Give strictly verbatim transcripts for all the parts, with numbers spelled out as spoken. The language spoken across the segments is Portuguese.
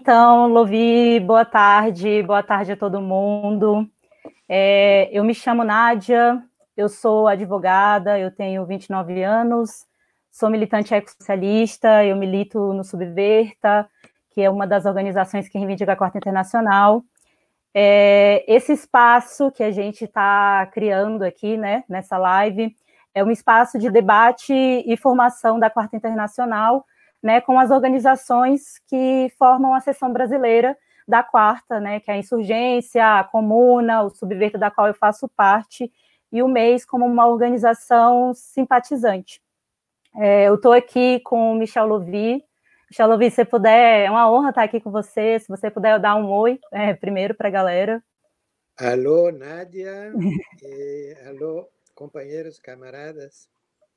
Então, Lovi, boa tarde, boa tarde a todo mundo. É, eu me chamo Nádia, eu sou advogada, eu tenho vinte e nove anos, sou militante ecossocialista, eu milito no Subverta, que é uma das organizações que reivindica a Quarta Internacional. É, esse espaço que a gente está criando aqui, né, nessa live, é um espaço de debate e formação da Quarta Internacional, né, com as organizações que formam a seção brasileira da Quarta, né, que é a Insurgência, a Comuna, o Subverta, da qual eu faço parte, e o M E I S como uma organização simpatizante. É, eu estou aqui com o Michel Lovi. Michel Lovi, se você puder, é uma honra estar aqui com você, se você puder dar um oi, é, primeiro para a galera. Alô, Nádia, e alô, companheiros, camaradas,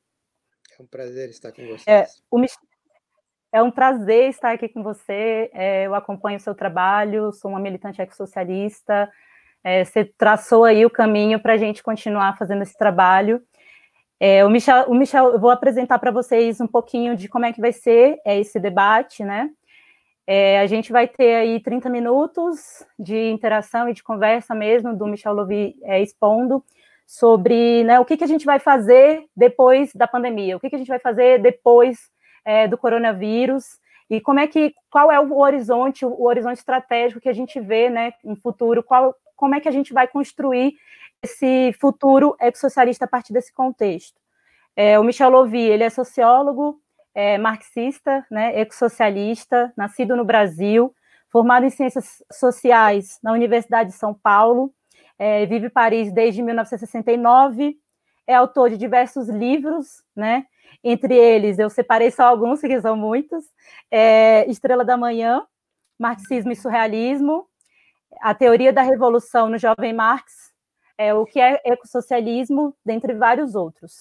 é um prazer estar com vocês. É, o Mich... é um prazer estar aqui com você, é, eu acompanho o seu trabalho, sou uma militante ecossocialista, é, você traçou aí o caminho para a gente continuar fazendo esse trabalho. É, o, Michel, o Michel, eu vou apresentar para vocês um pouquinho de como é que vai ser é, esse debate, né? É, a gente vai ter aí trinta minutos de interação e de conversa mesmo, do Michel Lovi é, expondo sobre, né, o que, que a gente vai fazer depois da pandemia, o que, que a gente vai fazer depois é, do coronavírus, e como é que, qual é o horizonte, o horizonte estratégico que a gente vê, né, no futuro, qual, como é que a gente vai construir esse futuro ecossocialista a partir desse contexto. É, o Michel Lovi, ele é sociólogo, é, marxista, né, ecossocialista, nascido no Brasil, formado em Ciências Sociais na Universidade de São Paulo, é, vive em Paris desde mil novecentos e sessenta e nove, é autor de diversos livros, né, entre eles, eu separei só alguns, que são muitos, é, Estrela da Manhã, Marxismo e Surrealismo, A Teoria da Revolução no Jovem Marx, é, o que é ecossocialismo, dentre vários outros.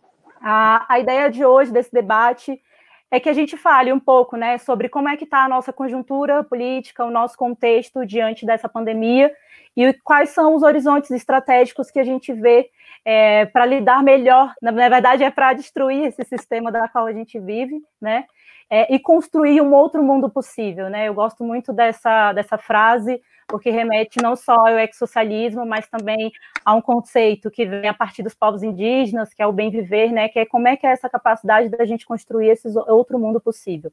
A, a ideia de hoje, desse debate, é que a gente fale um pouco, né, sobre como é que está a nossa conjuntura política, o nosso contexto diante dessa pandemia e quais são os horizontes estratégicos que a gente vê é, para lidar melhor, na, na verdade é para destruir esse sistema da qual a gente vive, né, é, e construir um outro mundo possível, né. Eu gosto muito dessa, dessa frase, porque remete não só ao ecossocialismo, mas também a um conceito que vem a partir dos povos indígenas, que é o bem viver, né, que é como é que é essa capacidade da gente construir esse outro mundo possível.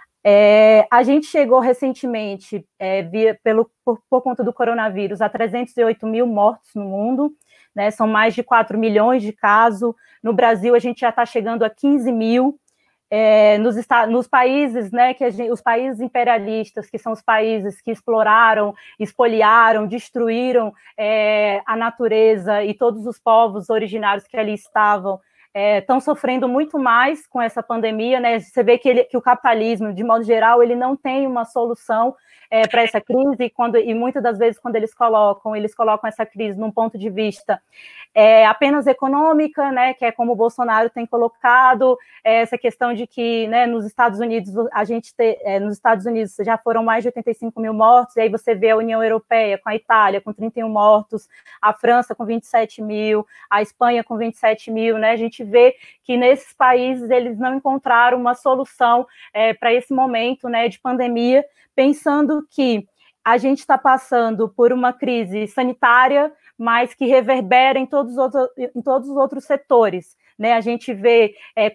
É, a gente chegou recentemente, é, via, pelo, por, por conta do coronavírus, a trezentos e oito mil mortos no mundo, né, são mais de quatro milhões de casos, no Brasil a gente já está chegando a quinze mil, É, nos, nos países, né, que gente, os países imperialistas, que são os países que exploraram, espoliaram, destruíram é, a natureza e todos os povos originários que ali estavam, estão é, sofrendo muito mais com essa pandemia, né? Você vê que, ele, que o capitalismo, de modo geral, ele não tem uma solução é, para essa crise, e, quando, e muitas das vezes, quando eles colocam, eles colocam essa crise num ponto de vista é, apenas econômica, né, que é como o Bolsonaro tem colocado, é, essa questão de que, né, nos Estados Unidos, a gente te, é, nos Estados Unidos já foram mais de oitenta e cinco mil mortos, e aí você vê a União Europeia com a Itália com trinta e um mortos, a França com vinte e sete mil, a Espanha com vinte e sete mil, né, a gente vê que nesses países eles não encontraram uma solução é, para esse momento, né, de pandemia, pensando que a gente está passando por uma crise sanitária, mas que reverbera em todos os outros, em todos os outros setores, né? A gente vê é,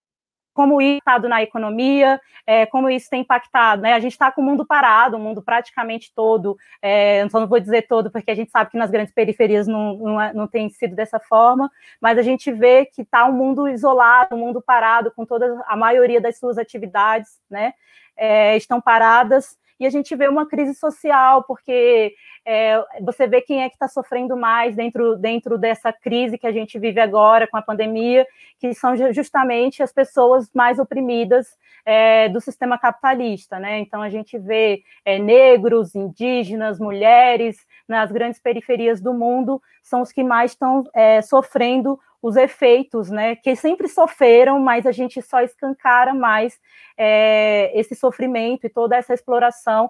como isso tem impactado na economia, é, como isso tem impactado, né? A gente está com o mundo parado, o mundo praticamente todo, é, só não vou dizer todo, porque a gente sabe que nas grandes periferias não, não, é, não tem sido dessa forma, mas a gente vê que está um mundo isolado, um mundo parado, com toda a maioria das suas atividades, né? É, estão paradas, e a gente vê uma crise social, porque é, você vê quem é que está sofrendo mais dentro, dentro dessa crise que a gente vive agora com a pandemia, que são justamente as pessoas mais oprimidas é, do sistema capitalista, né? Então a gente vê é, negros, indígenas, mulheres, nas grandes periferias do mundo, são os que mais estão é, sofrendo os efeitos, né, que sempre sofreram, mas a gente só escancara mais é, esse sofrimento e toda essa exploração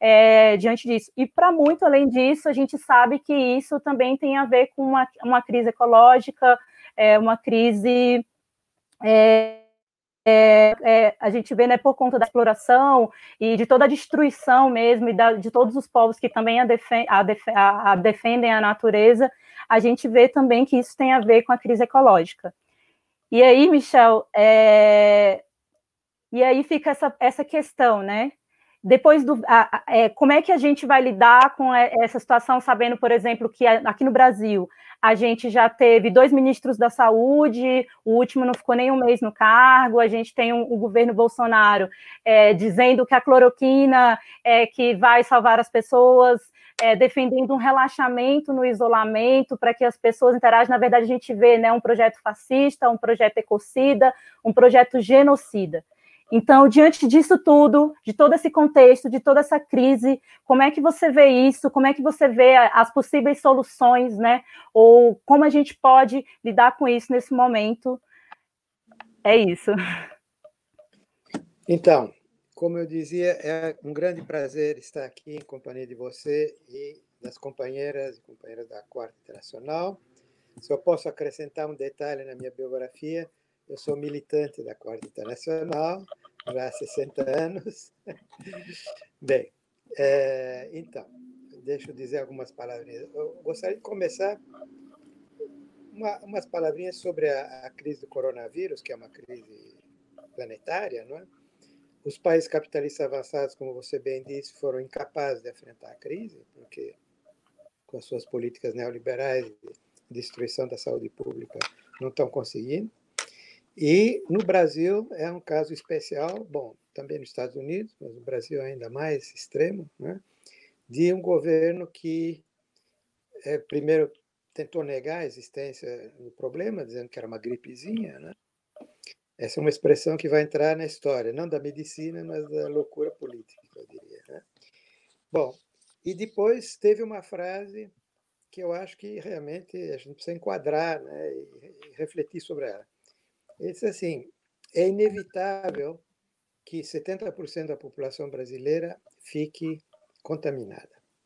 é, diante disso. E, para muito além disso, a gente sabe que isso também tem a ver com uma, uma crise ecológica, é, uma crise... É, É, é, a gente vê, né, por conta da exploração e de toda a destruição mesmo, e da, de todos os povos que também a, defen a, def a, a defendem a natureza, a gente vê também que isso tem a ver com a crise ecológica. E aí, Michel, é, e aí fica essa, essa questão, né? Depois do. A, a, é, como é que a gente vai lidar com essa situação, sabendo, por exemplo, que aqui no Brasil a gente já teve dois ministros da saúde, o último não ficou nem um mês no cargo, a gente tem um, um governo Bolsonaro é, dizendo que a cloroquina é que vai salvar as pessoas, é, defendendo um relaxamento no isolamento para que as pessoas interajam. Na verdade, a gente vê, né, um projeto fascista, um projeto ecocida, um projeto genocida. Então, diante disso tudo, de todo esse contexto, de toda essa crise, como é que você vê isso? Como é que você vê as possíveis soluções, né? Ou como a gente pode lidar com isso nesse momento? É isso. Então, como eu dizia, é um grande prazer estar aqui em companhia de você e das companheiras e companheiros da Quarta Internacional. Se eu posso acrescentar um detalhe na minha biografia, eu sou militante da Quarta Internacional já há sessenta anos. Bem, é, então, deixa eu dizer algumas palavrinhas. Eu gostaria de começar uma, umas palavrinhas sobre a, a crise do coronavírus, que é uma crise planetária, não é? Os países capitalistas avançados, como você bem disse, foram incapazes de enfrentar a crise, porque com as suas políticas neoliberais de destruição da saúde pública não estão conseguindo. E no Brasil é um caso especial, bom, também nos Estados Unidos, mas no Brasil é ainda mais extremo, né, de um governo que, é, primeiro, tentou negar a existência do problema, dizendo que era uma gripezinha, né? Essa é uma expressão que vai entrar na história, não da medicina, mas da loucura política, eu diria, né? Bom, e depois teve uma frase que eu acho que realmente a gente precisa enquadrar, né, e refletir sobre ela. Ele disse assim: é inevitável que setenta por cento da população brasileira fique contaminada.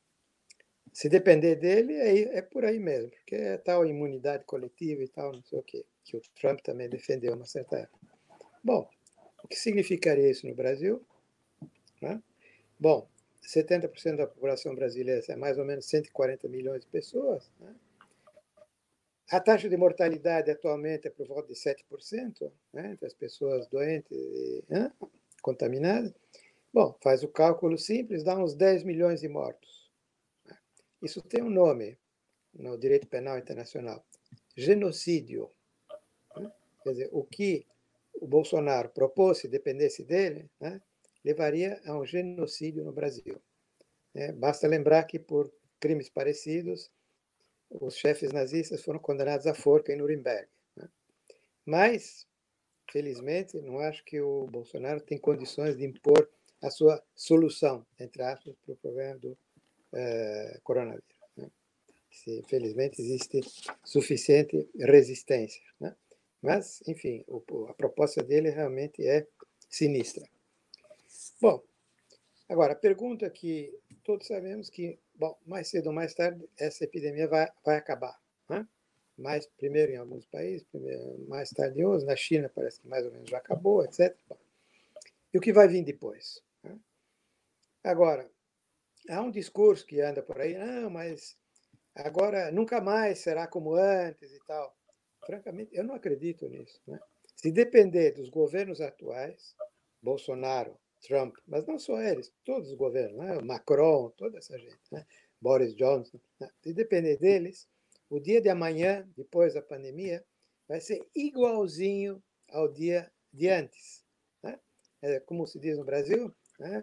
Se depender dele, é, é por aí mesmo, porque é tal imunidade coletiva e tal, não sei o quê, que o Trump também defendeu uma certa época. Bom, o que significaria isso no Brasil? Né? Bom, setenta por cento da população brasileira é mais ou menos cento e quarenta milhões de pessoas. Né? A taxa de mortalidade atualmente é por volta de sete por cento, né, entre as pessoas doentes e né, contaminadas. Bom, faz o cálculo simples, dá uns dez milhões de mortos. Isso tem um nome no direito penal internacional: genocídio. Né? Quer dizer, o que o Bolsonaro propôs, se dependesse dele, né, levaria a um genocídio no Brasil. Né? Basta lembrar que, por crimes parecidos, os chefes nazistas foram condenados à forca em Nuremberg. Né? Mas, felizmente, não acho que o Bolsonaro tem condições de impor a sua solução, entre aspas, para o problema do uh, coronavírus. Né? Se, felizmente, existe suficiente resistência. Né? Mas, enfim, o, a proposta dele realmente é sinistra. Bom, agora, a pergunta que todos sabemos que, bom, mais cedo ou mais tarde, essa epidemia vai, vai acabar. Né? Mais, primeiro em alguns países, primeiro, mais tarde em outros. Na China parece que mais ou menos já acabou, etcétera. Bom, e o que vai vir depois? Né? Agora, há um discurso que anda por aí, não, mas agora nunca mais será como antes e tal. Francamente, eu não acredito nisso. Né? Se depender dos governos atuais, Bolsonaro, Trump, mas não só eles, todos os governos, né? Macron, toda essa gente, né? Boris Johnson, né? Se depender deles, o dia de amanhã, depois da pandemia, vai ser igualzinho ao dia de antes. Né? É, como se diz no Brasil, né?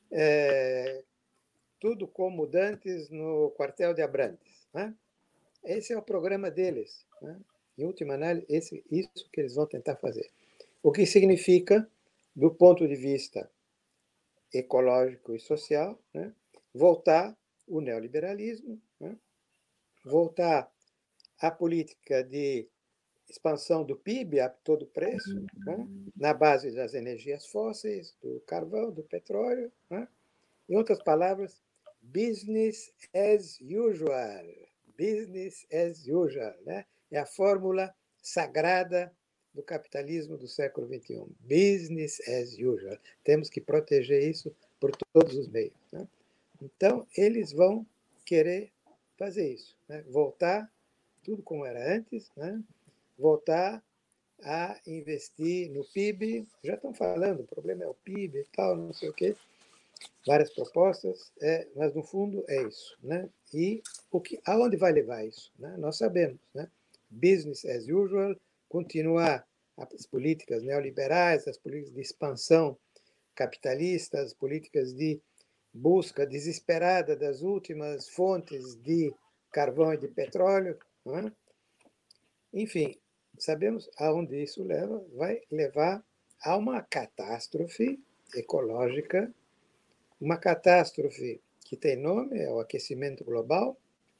É, tudo como dantes no quartel de Abrantes. Né? Esse é o programa deles. Né? Em última análise, esse, isso que eles vão tentar fazer. O que significa, do ponto de vista ecológico e social, né, voltar o neoliberalismo, né, voltar a política de expansão do P I B a todo preço, né, na base das energias fósseis, do carvão, do petróleo. Né, em outras palavras, business as usual. Business as usual. Né, é a fórmula sagrada do capitalismo do século vinte e um. Business as usual. Temos que proteger isso por todos os meios. Né? Então, eles vão querer fazer isso, né? Voltar tudo como era antes, né? Voltar a investir no P I B. Já estão falando, o problema é o P I B e tal, não sei o quê. Várias propostas, é, mas no fundo é isso. Né? E o que, aonde vai levar isso? Né? Nós sabemos. Né? Business as usual, continuar as políticas neoliberais, as políticas de expansão capitalista, as políticas de busca desesperada das últimas fontes de carvão e de petróleo. Né? Enfim, sabemos aonde isso leva. Vai levar a uma catástrofe ecológica, uma catástrofe que tem nome, é o aquecimento global,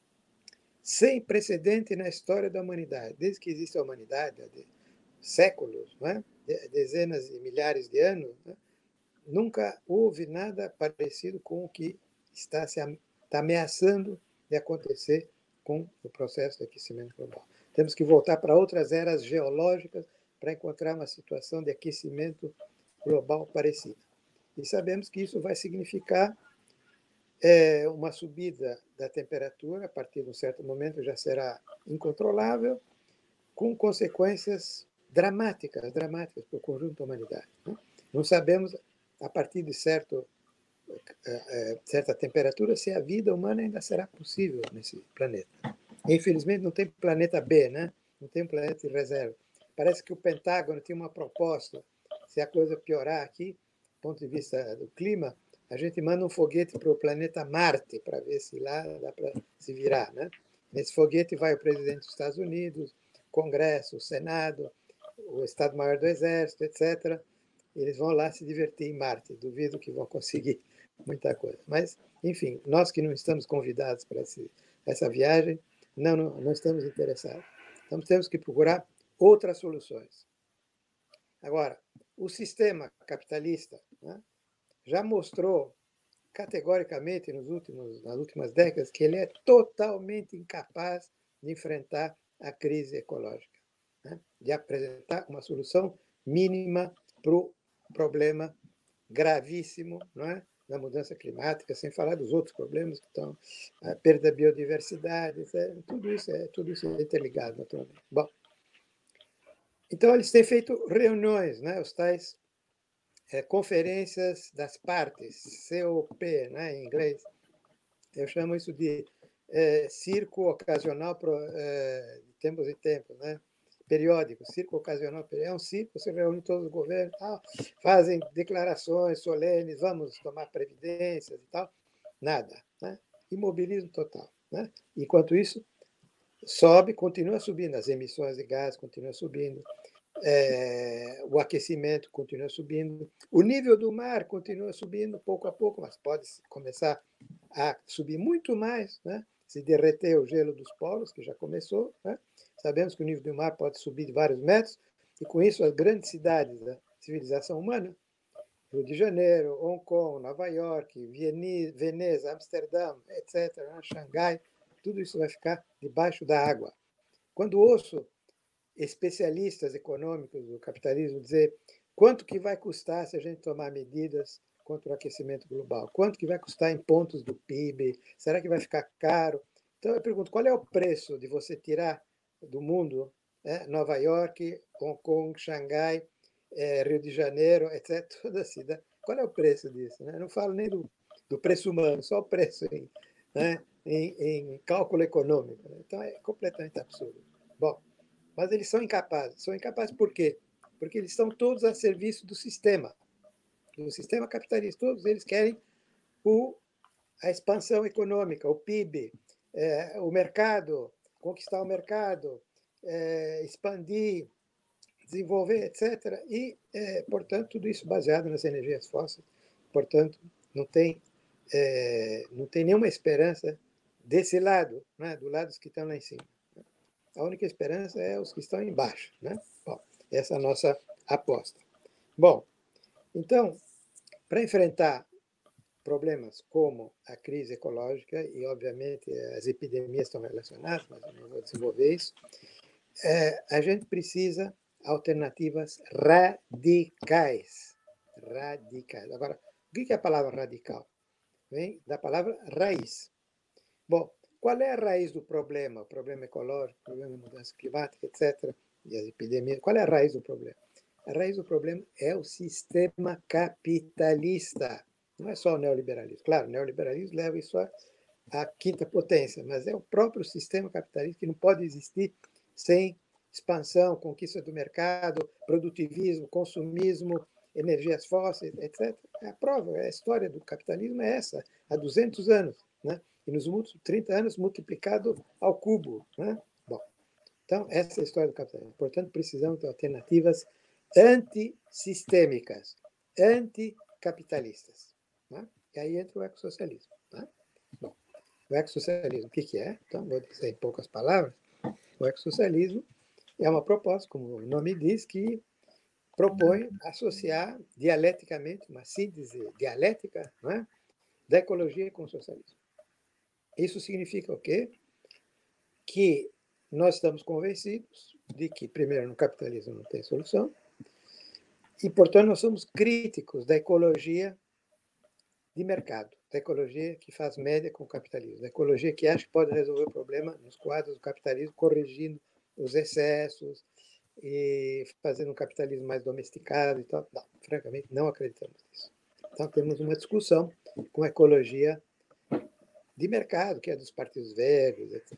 sem precedente na história da humanidade. Desde que existe a humanidade, há séculos, né? Dezenas e milhares de anos, né? Nunca houve nada parecido com o que está se está ameaçando de acontecer com o processo de aquecimento global. Temos que voltar para outras eras geológicas para encontrar uma situação de aquecimento global parecida. E sabemos que isso vai significar é, uma subida da temperatura, a partir de um certo momento já será incontrolável, com consequências dramáticas, dramáticas para o conjunto da humanidade. Né? Não sabemos, a partir de certo, certa temperatura, se a vida humana ainda será possível nesse planeta. Infelizmente, não tem planeta B, né? Não tem planeta de reserva. Parece que o Pentágono tinha uma proposta, se a coisa piorar aqui, do ponto de vista do clima, a gente manda um foguete para o planeta Marte, para ver se lá dá para se virar. Né? Nesse foguete vai o presidente dos Estados Unidos, o Congresso, o Senado, o Estado-Maior do Exército, etcétera. Eles vão lá se divertir em Marte. Duvido que vão conseguir muita coisa. Mas, enfim, nós que não estamos convidados para esse, essa viagem, não, não, não estamos interessados. Então, temos que procurar outras soluções. Agora, o sistema capitalista, né, já mostrou categoricamente nos últimos, nas últimas décadas que ele é totalmente incapaz de enfrentar a crise ecológica, né? De apresentar uma solução mínima para o problema gravíssimo, não é? Da mudança climática, sem falar dos outros problemas que estão a perda da biodiversidade, etcétera. Tudo isso é tudo isso é interligado, naturalmente. Bom, então eles têm feito reuniões, né? Os tais É, conferências das partes, C O P, né, em inglês. Eu chamo isso de é, circo ocasional pro, é, de tempos em tempos, né? Periódico, circo ocasional. É um circo, você reúne todos os governos, tal, fazem declarações solenes, vamos tomar previdências e tal. Nada. Né? Imobilismo total. Né? Enquanto isso, sobe, continua subindo, as emissões de gás continuam subindo, é, o aquecimento continua subindo, o nível do mar continua subindo pouco a pouco, mas pode começar a subir muito mais, né? Se derreter o gelo dos polos, que já começou. Né? Sabemos que o nível do mar pode subir de vários metros, e com isso as grandes cidades da civilização humana, Rio de Janeiro, Hong Kong, Nova York, Veneza, Amsterdã, etcétera, Xangai, tudo isso vai ficar debaixo da água. Quando ouço especialistas econômicos do capitalismo dizer quanto que vai custar se a gente tomar medidas contra o aquecimento global, quanto que vai custar em pontos do P I B, será que vai ficar caro? Então eu pergunto, qual é o preço de você tirar do mundo né, Nova York, Hong Kong, Xangai, eh, Rio de Janeiro, etcétera, toda a cidade. Qual é o preço disso? Né? Eu não falo nem do, do preço humano, só o preço em, né, em, em cálculo econômico. Né? Então é completamente absurdo. Bom, mas eles são incapazes. São incapazes por quê? Porque eles estão todos a serviço do sistema, do sistema capitalista. Todos eles querem o, a expansão econômica, o P I B, é, o mercado, conquistar o mercado, é, expandir, desenvolver, etcétera. E, é, portanto, tudo isso baseado nas energias fósseis. Portanto, não tem, é, não tem nenhuma esperança desse lado, né, do lado dos que estão lá em cima. A única esperança é os que estão embaixo. Né? Bom, essa é a nossa aposta. Bom, então, para enfrentar problemas como a crise ecológica, e obviamente as epidemias estão relacionadas, mas eu não vou desenvolver isso, é, a gente precisa alternativas radicais. Radicais. Agora, o que é a palavra radical? Vem da palavra raiz. Bom, qual é a raiz do problema? O problema ecológico, o problema da mudança climática, etcétera, e as epidemias. Qual é a raiz do problema? A raiz do problema é o sistema capitalista. Não é só o neoliberalismo. Claro, o neoliberalismo leva isso à, à quinta potência, mas é o próprio sistema capitalista que não pode existir sem expansão, conquista do mercado, produtivismo, consumismo, energias fósseis, etcétera. A prova, a história do capitalismo é essa, há duzentos anos, né? E nos últimos trinta anos multiplicado ao cubo, né? Bom, então, essa é a história do capitalismo. Portanto, precisamos de alternativas antissistêmicas, anticapitalistas. Né? E aí entra o ecossocialismo. Né? Bom, o ecossocialismo, o que, que é? Então, vou dizer em poucas palavras. O ecossocialismo é uma proposta, como o nome diz, que propõe associar dialeticamente, uma síntese dialética, né, da ecologia com o socialismo. Isso significa o quê? Que nós estamos convencidos de que, primeiro, no capitalismo não tem solução, e, portanto, nós somos críticos da ecologia de mercado, da ecologia que faz média com o capitalismo, da ecologia que acha que pode resolver o problema nos quadros do capitalismo, corrigindo os excessos e fazendo um capitalismo mais domesticado e tal. Não, francamente, não acreditamos nisso. Então, temos uma discussão com a ecologia de mercado, que é dos partidos velhos, etcétera.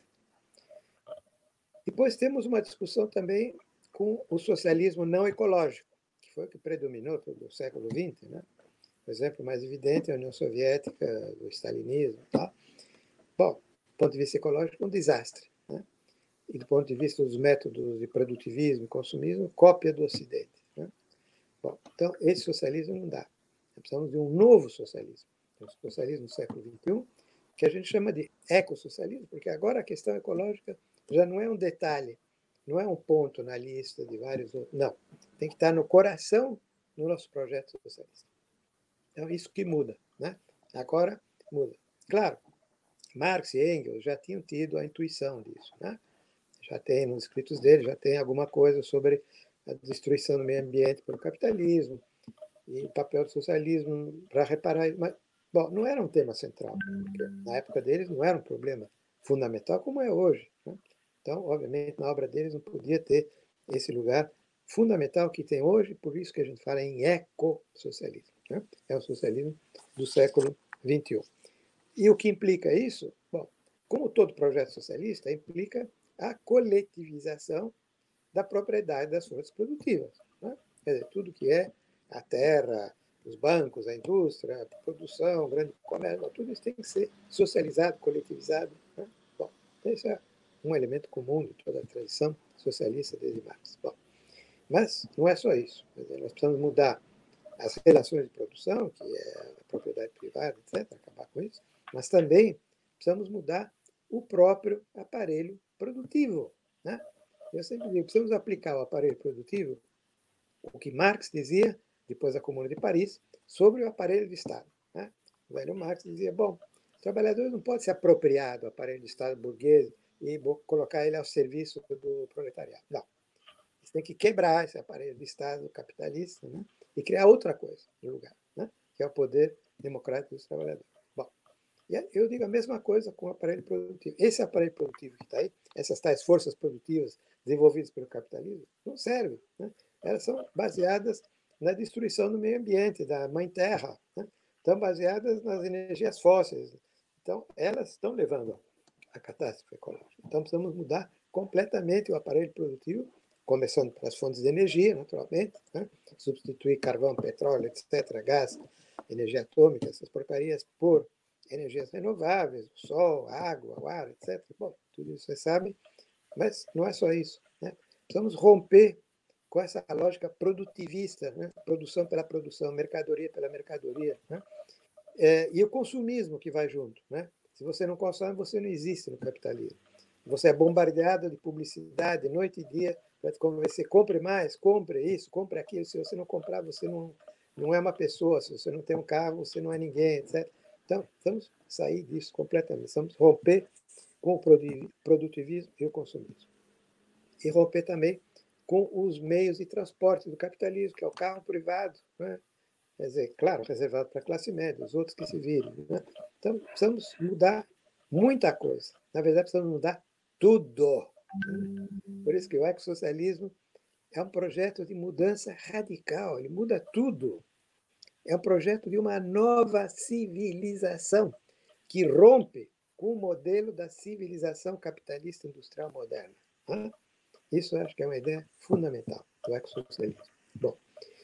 Depois temos uma discussão também com o socialismo não ecológico, que foi o que predominou todo o século vinte, né? O exemplo mais evidente é a União Soviética, o stalinismo. Tá? Bom, do ponto de vista ecológico, um desastre. Né? E do ponto de vista dos métodos de produtivismo e consumismo, cópia do Ocidente. Né? Bom, então, esse socialismo não dá. Nós precisamos de um novo socialismo. Um socialismo do século vinte e um, que a gente chama de ecossocialismo, porque agora a questão ecológica já não é um detalhe, não é um ponto na lista de vários outros. Não, tem que estar no coração do nosso projeto socialista. Então, isso que muda. Né? Agora, muda. Claro, Marx e Engels já tinham tido a intuição disso. Né? Já tem nos escritos deles, já tem alguma coisa sobre a destruição do meio ambiente pelo capitalismo e o papel do socialismo para reparar isso. Mas, bom, não era um tema central, porque na época deles não era um problema fundamental como é hoje. Né? Então, obviamente, na obra deles não podia ter esse lugar fundamental que tem hoje, por isso que a gente fala em ecossocialismo. Né? É o socialismo do século vinte e um. E o que implica isso? Bom, como todo projeto socialista, implica a coletivização da propriedade das forças produtivas. Né? Quer dizer, tudo que é a terra, os bancos, a indústria, a produção, o grande comércio, tudo isso tem que ser socializado, coletivizado. Né? Bom, esse é um elemento comum de toda a tradição socialista desde Marx. Bom, mas não é só isso. Quer dizer, nós precisamos mudar as relações de produção, que é a propriedade privada, etcétera, acabar com isso, mas também precisamos mudar o próprio aparelho produtivo. Né? Eu sempre digo, precisamos aplicar o aparelho produtivo, o que Marx dizia, depois da Comuna de Paris, sobre o aparelho de Estado. Né? O velho Marx dizia, bom, os trabalhadores não podem se apropriar do aparelho de Estado burguês e colocar ele ao serviço do proletariado. Não. Eles têm que quebrar esse aparelho de Estado capitalista, né? E criar outra coisa no lugar, né? Que é o poder democrático dos trabalhadores. Bom, e eu digo a mesma coisa com o aparelho produtivo. Esse aparelho produtivo que está aí, essas tais forças produtivas desenvolvidas pelo capitalismo, não servem. Né? Elas são baseadas na destruição do meio ambiente, da mãe terra. Né? Estão baseadas nas energias fósseis. Então, elas estão levando à catástrofe ecológica. Então, precisamos mudar completamente o aparelho produtivo, começando pelas fontes de energia, naturalmente, né? Substituir carvão, petróleo, etcétera, gás, energia atômica, essas porcarias, por energias renováveis, o sol, a água, o ar, etcétera. Bom, tudo isso vocês sabem, mas não é só isso. Né? Precisamos romper com essa lógica produtivista, né? Produção pela produção, mercadoria pela mercadoria. Né? É, e o consumismo que vai junto. Né? Se você não consome, você não existe no capitalismo. Você é bombardeado de publicidade noite e dia para te convencer, compre mais, compre isso, compre aquilo. Se você não comprar, você não, não é uma pessoa. Se você não tem um carro, você não é ninguém, etcétera. Então, vamos sair disso completamente. Vamos romper com o produtivismo e o consumismo. E romper também com os meios de transporte do capitalismo, que é o carro privado, né? Quer dizer, claro, reservado para a classe média, os outros que se virem, né? Então, precisamos mudar muita coisa. Na verdade, precisamos mudar tudo. Né? Por isso que o ecossocialismo é um projeto de mudança radical, ele muda tudo. É um projeto de uma nova civilização que rompe com o modelo da civilização capitalista industrial moderna. Né? Isso eu acho que é uma ideia fundamental do ecossocialismo. Bom,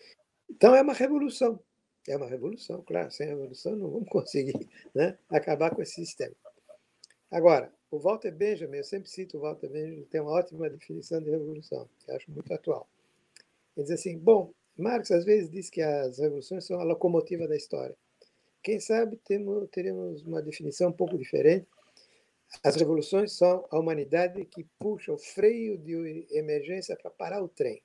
então é uma revolução. É uma revolução, claro. Sem revolução não vamos conseguir, né, acabar com esse sistema. Agora, o Walter Benjamin, eu sempre cito o Walter Benjamin, ele tem uma ótima definição de revolução, que eu acho muito atual. Ele diz assim, bom, Marx às vezes diz que as revoluções são a locomotiva da história. Quem sabe temos, teremos uma definição um pouco diferente. As revoluções são a humanidade que puxa o freio de emergência para parar o trem.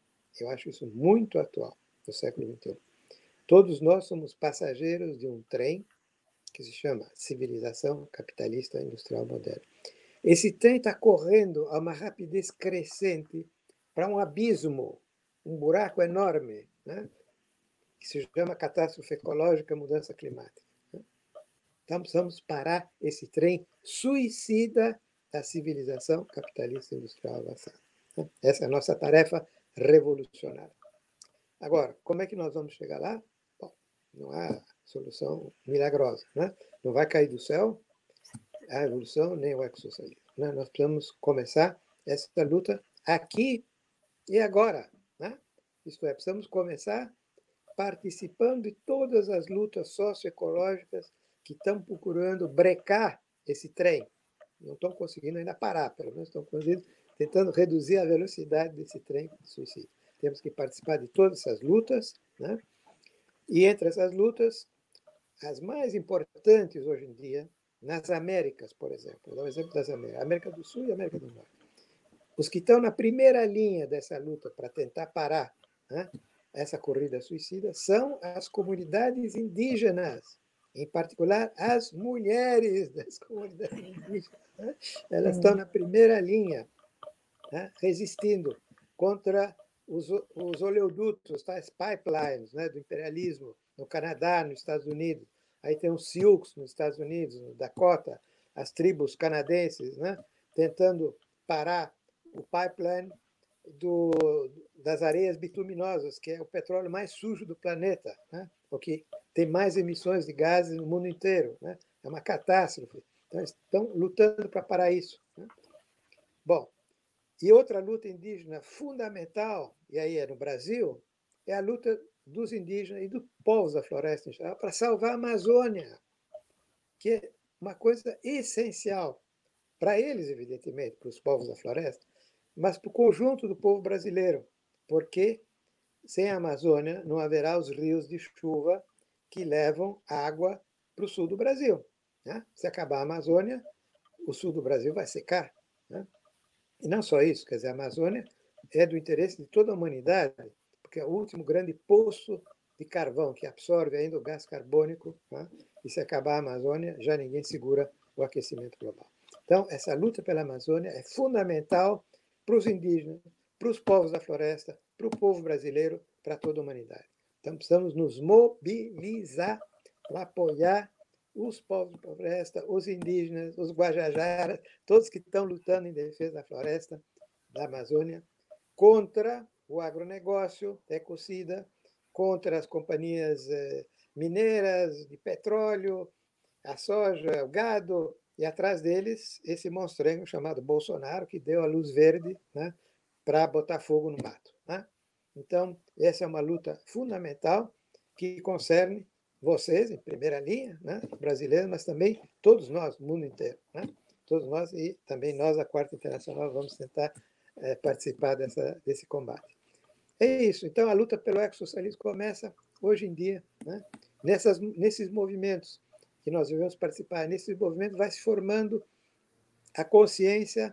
Eu acho isso muito atual no século vinte e um. Todos nós somos passageiros de um trem que se chama civilização capitalista industrial moderna. Esse trem está correndo a uma rapidez crescente para um abismo, um buraco enorme, né? Que se chama catástrofe ecológica, mudança climática. Né? Então, precisamos parar esse trem suicida da civilização capitalista industrial avançada. Né? Essa é a nossa tarefa revolucionária. Agora, como é que nós vamos chegar lá? Bom, não há solução milagrosa. Né? Não vai cair do céu a revolução nem o ecossocialismo. Né? Nós precisamos começar essa luta aqui e agora. Né? Isto é, precisamos começar participando de todas as lutas socioecológicas que estão procurando brecar esse trem. Não estão conseguindo ainda parar, pelo menos estão conseguindo, tentando reduzir a velocidade desse trem de suicídio. Temos que participar de todas essas lutas, né? E entre essas lutas, as mais importantes hoje em dia, nas Américas, por exemplo, vou dar um exemplo das Américas, América do Sul e América do Norte. Os que estão na primeira linha dessa luta para tentar parar, né, essa corrida suicida são as comunidades indígenas, em particular as mulheres das comunidades indígenas. Né? Elas estão na primeira linha, né, resistindo contra os, os oleodutos, tais pipelines, né, do imperialismo no Canadá, nos Estados Unidos. Aí tem os Sioux nos Estados Unidos, no Dakota, as tribos canadenses, né, tentando parar o pipeline do, das areias bituminosas, que é o petróleo mais sujo do planeta, né, o que tem mais emissões de gases no mundo inteiro. Né, é uma catástrofe. Então, eles estão lutando para parar isso. Né. Bom, e outra luta indígena fundamental, e aí é no Brasil, é a luta dos indígenas e dos povos da floresta em geral para salvar a Amazônia, que é uma coisa essencial para eles, evidentemente, para os povos da floresta, mas para o conjunto do povo brasileiro, porque sem a Amazônia não haverá os rios de chuva que levam água para o sul do Brasil. Né? Se acabar a Amazônia, o sul do Brasil vai secar. Né? E não só isso, quer dizer, a Amazônia é do interesse de toda a humanidade, porque é o último grande poço de carvão que absorve ainda o gás carbônico, né? E se acabar a Amazônia, já ninguém segura o aquecimento global. Então, essa luta pela Amazônia é fundamental para os indígenas, para os povos da floresta, para o povo brasileiro, para toda a humanidade. Então, precisamos nos mobilizar para apoiar os povos da floresta, os indígenas, os guajajaras, todos que estão lutando em defesa da floresta, da Amazônia, contra o agronegócio, ecocida, contra as companhias eh, mineiras de petróleo, a soja, o gado, e atrás deles esse monstrengo chamado Bolsonaro, que deu a luz verde, né, para botar fogo no mato. Né? Então, essa é uma luta fundamental que concerne vocês, em primeira linha, né, brasileiros, mas também todos nós, o mundo inteiro. Né? Todos nós e também nós, a Quarta Internacional, vamos tentar é, participar dessa, desse combate. É isso. Então, a luta pelo ecossocialismo começa hoje em dia, né? Nessas, nesses movimentos que nós devemos participar. Nesses movimentos vai se formando a consciência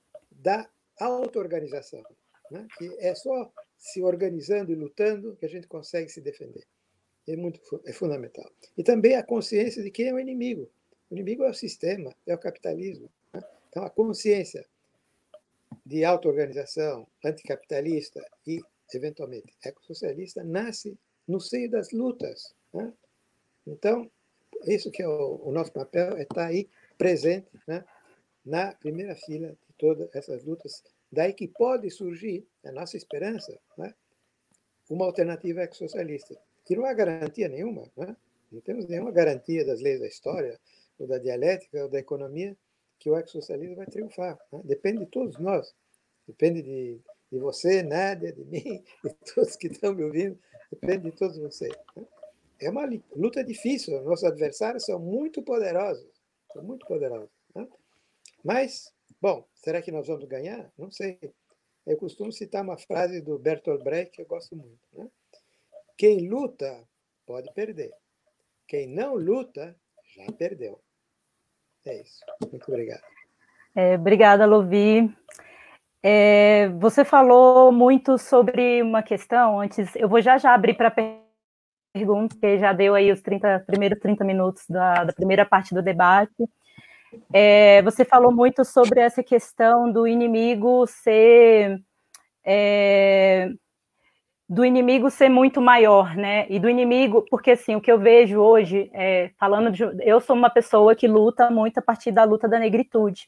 da auto-organização, né? Que é só se organizando e lutando que a gente consegue se defender. É, muito, é fundamental. E também a consciência de quem é o inimigo. O inimigo é o sistema, é o capitalismo. Né? Então, a consciência de auto-organização anticapitalista e, eventualmente, ecossocialista, nasce no seio das lutas, né? Então, isso que é o, o nosso papel, é estar aí presente, né, na primeira fila de todas essas lutas. Daí que pode surgir, a nossa esperança, né, uma alternativa ecossocialista, que não há garantia nenhuma, né? Não temos nenhuma garantia das leis da história, ou da dialética, ou da economia, que o ecossocialismo vai triunfar, né? Depende de todos nós, depende de, de você, Nádia, de mim, de todos que estão me ouvindo, depende de todos vocês, né? É uma luta difícil, nossos adversários são muito poderosos, são muito poderosos, né? Mas, bom, será que nós vamos ganhar? Não sei. Eu costumo citar uma frase do Bertolt Brecht, que eu gosto muito, né? Quem luta pode perder. Quem não luta, já perdeu. É isso. Muito obrigado. É, obrigada, Lovi. É, você falou muito sobre uma questão, antes, eu vou já já abrir para perguntas, que já deu aí os trinta, primeiros trinta minutos da, da primeira parte do debate. É, você falou muito sobre essa questão do inimigo ser... É, do inimigo ser muito maior, né? E do inimigo, porque assim, o que eu vejo hoje, é, falando de, eu sou uma pessoa que luta muito a partir da luta da negritude,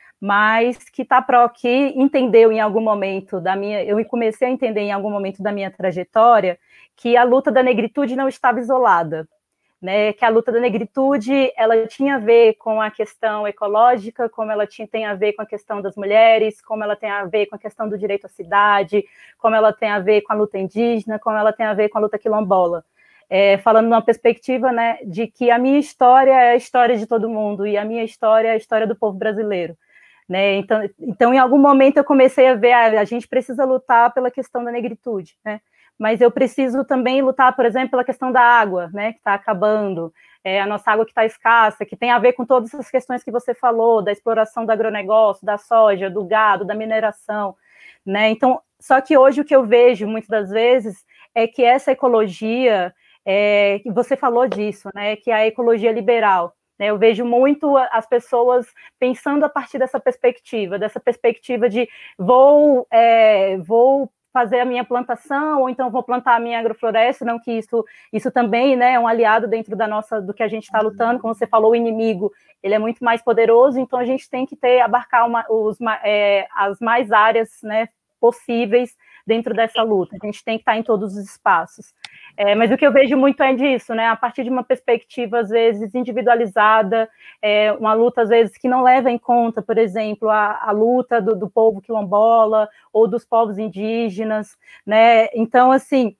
mas que tá pro que entendeu em algum momento da minha, eu comecei a entender em algum momento da minha trajetória que a luta da negritude não estava isolada, né, que a luta da negritude, ela tinha a ver com a questão ecológica, como ela tinha, tem a ver com a questão das mulheres, como ela tem a ver com a questão do direito à cidade, como ela tem a ver com a luta indígena, como ela tem a ver com a luta quilombola. É, falando numa perspectiva, né, de que a minha história é a história de todo mundo, e a minha história é a história do povo brasileiro. Né? Então, então, em algum momento eu comecei a ver, ah, a gente precisa lutar pela questão da negritude, né? Mas eu preciso também lutar, por exemplo, pela questão da água, né, que está acabando, é, a nossa água que está escassa, que tem a ver com todas essas questões que você falou, da exploração do agronegócio, da soja, do gado, da mineração, né? Então, só que hoje o que eu vejo, muitas das vezes, é que essa ecologia, é, que você falou disso, né, que é a ecologia liberal, né? Eu vejo muito as pessoas pensando a partir dessa perspectiva, dessa perspectiva de vou, é, vou fazer a minha plantação, ou então vou plantar a minha agrofloresta, não que isso, isso também, né, é um aliado dentro da nossa, do que a gente está lutando, como você falou, o inimigo, ele é muito mais poderoso, então a gente tem que ter, abarcar uma, os, é, as mais áreas, né, possíveis dentro dessa luta, a gente tem que estar em todos os espaços. É, mas o que eu vejo muito é disso, né, a partir de uma perspectiva, às vezes, individualizada, é, uma luta, às vezes, que não leva em conta, por exemplo, a, a luta do, do povo quilombola ou dos povos indígenas, né, então, assim,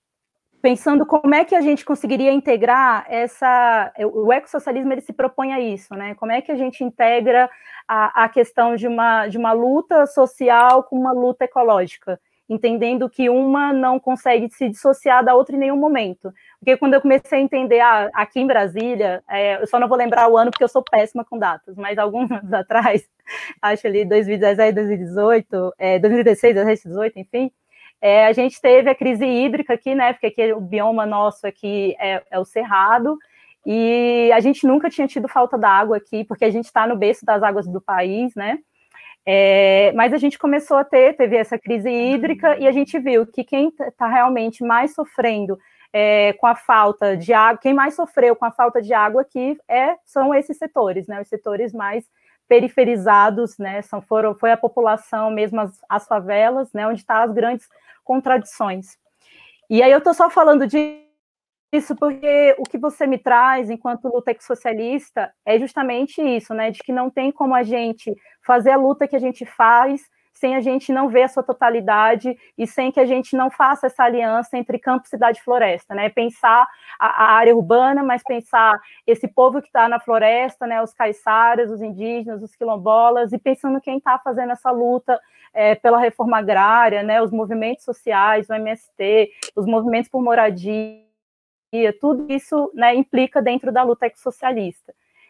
pensando como é que a gente conseguiria integrar essa... O ecossocialismo, ele se propõe a isso, né, como é que a gente integra a, a questão de uma, de uma luta social com uma luta ecológica, entendendo que uma não consegue se dissociar da outra em nenhum momento. Porque quando eu comecei a entender, ah, aqui em Brasília, é, eu só não vou lembrar o ano porque eu sou péssima com datas, mas alguns anos atrás, acho ali dois mil e dezessete, dois mil e dezoito, é, dois mil e dezesseis, dois mil e dezoito, enfim, é, a gente teve a crise hídrica aqui, né, porque aqui o bioma nosso aqui é, é o Cerrado, e a gente nunca tinha tido falta d'água aqui, porque a gente está no berço das águas do país, né. É, mas a gente começou a ter, teve essa crise hídrica, e a gente viu que quem está realmente mais sofrendo é, com a falta de água, quem mais sofreu com a falta de água aqui é, são esses setores, né, os setores mais periferizados, né, são, foram, foi a população mesmo, as, as favelas, né, onde estão as grandes contradições. E aí eu estou só falando de isso porque o que você me traz enquanto luta ecossocialista é justamente isso, né, de que não tem como a gente fazer a luta que a gente faz sem a gente não ver a sua totalidade e sem que a gente não faça essa aliança entre campo, cidade e floresta, né, pensar a, a área urbana, mas pensar esse povo que está na floresta, né, os caiçaras, os indígenas, os quilombolas, e pensando quem está fazendo essa luta é, pela reforma agrária, né, os movimentos sociais, o M S T, os movimentos por moradia, tudo isso, né, implica dentro da luta ecossocialista.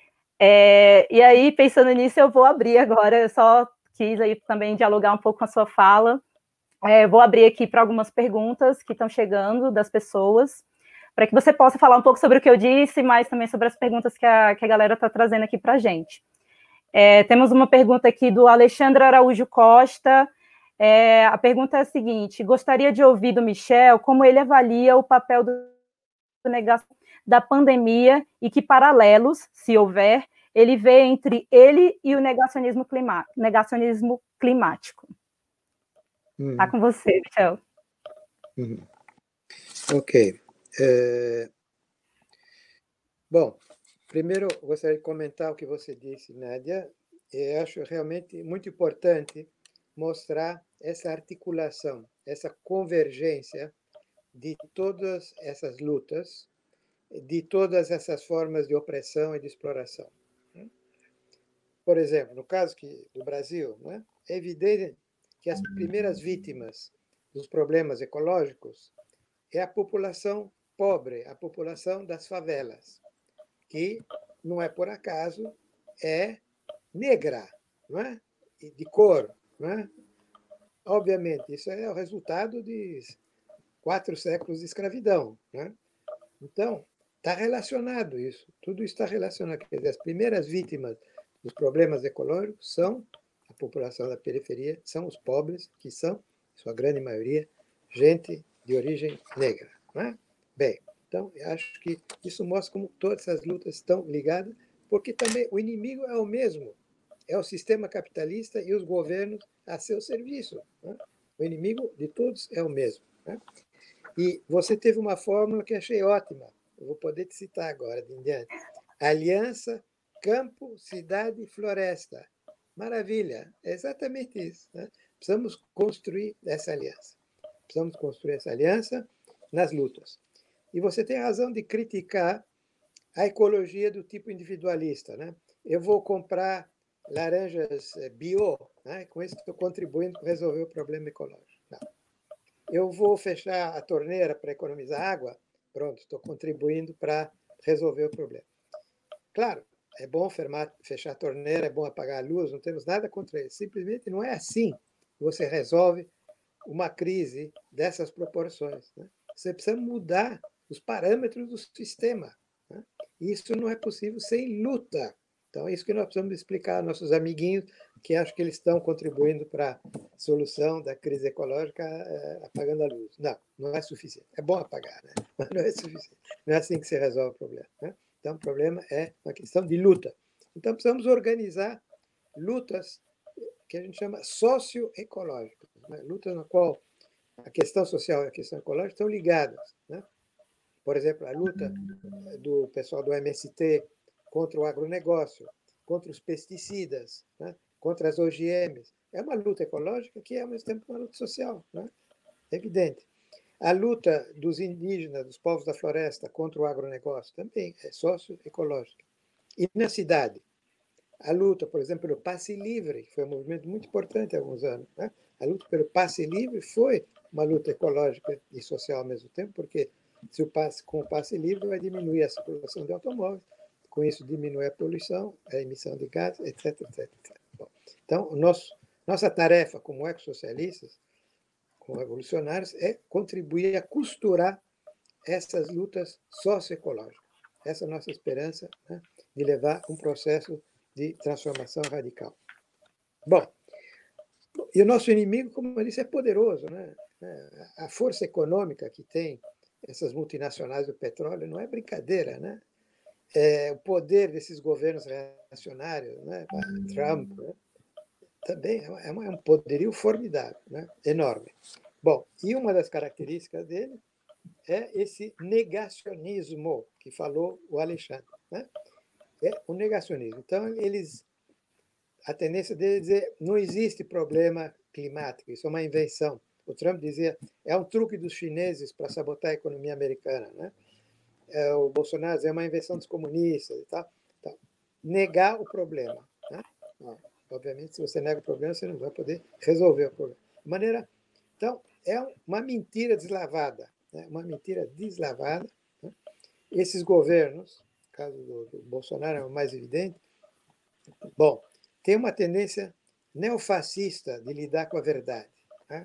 É, e aí, pensando nisso, eu vou abrir agora, eu só quis aí também dialogar um pouco com a sua fala, é, vou abrir aqui para algumas perguntas que estão chegando das pessoas, para que você possa falar um pouco sobre o que eu disse, mas também sobre as perguntas que a, que a galera está trazendo aqui para a gente. É, temos uma pergunta aqui do Alexandre Araújo Costa. É, a pergunta é a seguinte: gostaria de ouvir do Michel como ele avalia o papel do negação da pandemia e que paralelos, se houver, ele vê entre ele e o negacionismo, clima, negacionismo climático. Está Uhum. com você, Michel. Uhum. Ok. É... Bom, primeiro gostaria de comentar o que você disse, Nádia. Eu acho realmente muito importante mostrar essa articulação, essa convergência de todas essas lutas, de todas essas formas de opressão e de exploração. Por exemplo, no caso que, do Brasil, né, é evidente que as primeiras vítimas dos problemas ecológicos é a população pobre, a população das favelas, que não é por acaso, é negra, não é? De cor. Não é? Obviamente, isso é o resultado de quatro séculos de escravidão. Não é? Então, está relacionado isso, tudo está relacionado. Quer dizer, as primeiras vítimas dos problemas ecológicos são a população da periferia, são os pobres, que são, em sua grande maioria, gente de origem negra. Não é? Bem, então, eu acho que isso mostra como todas essas lutas estão ligadas, porque também o inimigo é o mesmo, é o sistema capitalista e os governos a seu serviço. Não é? O inimigo de todos é o mesmo. Não é? E você teve uma fórmula que achei ótima, eu vou poder te citar agora, de em diante. Aliança, campo, cidade e floresta. Maravilha, é exatamente isso. Né? Precisamos construir essa aliança. Precisamos construir essa aliança nas lutas. E você tem razão de criticar a ecologia do tipo individualista. Né? Eu vou comprar laranjas bio, né? Com isso estou contribuindo para resolver o problema ecológico. Não. Eu vou fechar a torneira para economizar água, pronto, estou contribuindo para resolver o problema. Claro, é bom fechar a torneira, é bom apagar a luz, não temos nada contra isso. Simplesmente não é assim que você resolve uma crise dessas proporções. Né? Você precisa mudar os parâmetros do sistema. Né? E isso não é possível sem luta. Então, é isso que nós precisamos explicar aos nossos amiguinhos que acham que eles estão contribuindo para a solução da crise ecológica é, apagando a luz. Não, não é suficiente. É bom apagar, né? Mas não é suficiente. Não é assim que se resolve o problema. Né? Então, o problema é uma questão de luta. Então, precisamos organizar lutas que a gente chama socioecológicas, né? Lutas na qual a questão social e a questão ecológica estão ligadas. Né? Por exemplo, a luta do pessoal do M S T contra o agronegócio, contra os pesticidas, né? Contra as O G Ms. É uma luta ecológica que é, ao mesmo tempo, uma luta social. Né? É evidente. A luta dos indígenas, dos povos da floresta contra o agronegócio também é socioecológica. E na cidade, a luta, por exemplo, pelo passe livre, que foi um movimento muito importante há alguns anos. Né? A luta pelo passe livre foi uma luta ecológica e social ao mesmo tempo, porque se o passe, com o passe livre vai diminuir a circulação de automóveis, com isso diminui a poluição, a emissão de gases, etc, etc, etcétera. Bom, então, o nosso, nossa tarefa como ecossocialistas, como revolucionários, é contribuir a costurar essas lutas socioecológicas. Essa é a nossa esperança, né, de levar um processo de transformação radical. Bom, e o nosso inimigo, como eu disse, é poderoso. Né? A força econômica que tem essas multinacionais do petróleo não é brincadeira. Né? É, o poder desses governos reacionários, né? Trump, né? Também é, uma, é um poderio formidável, né? Enorme. Bom, e uma das características dele é esse negacionismo que falou o Alexandre. Né? É o negacionismo. Então, eles, a tendência deles é dizer não existe problema climático, isso é uma invenção. O Trump dizia é um truque dos chineses para sabotar a economia americana. Né? É, o Bolsonaro dizia é uma invenção dos comunistas e tal. Então, negar o problema. Né? Obviamente, se você nega o problema, você não vai poder resolver o problema. De maneira, então, é uma mentira deslavada. Né? Uma mentira deslavada. Né? Esses governos, no caso do, do Bolsonaro é o mais evidente, bom, tem uma tendência neofascista de lidar com a verdade. Né?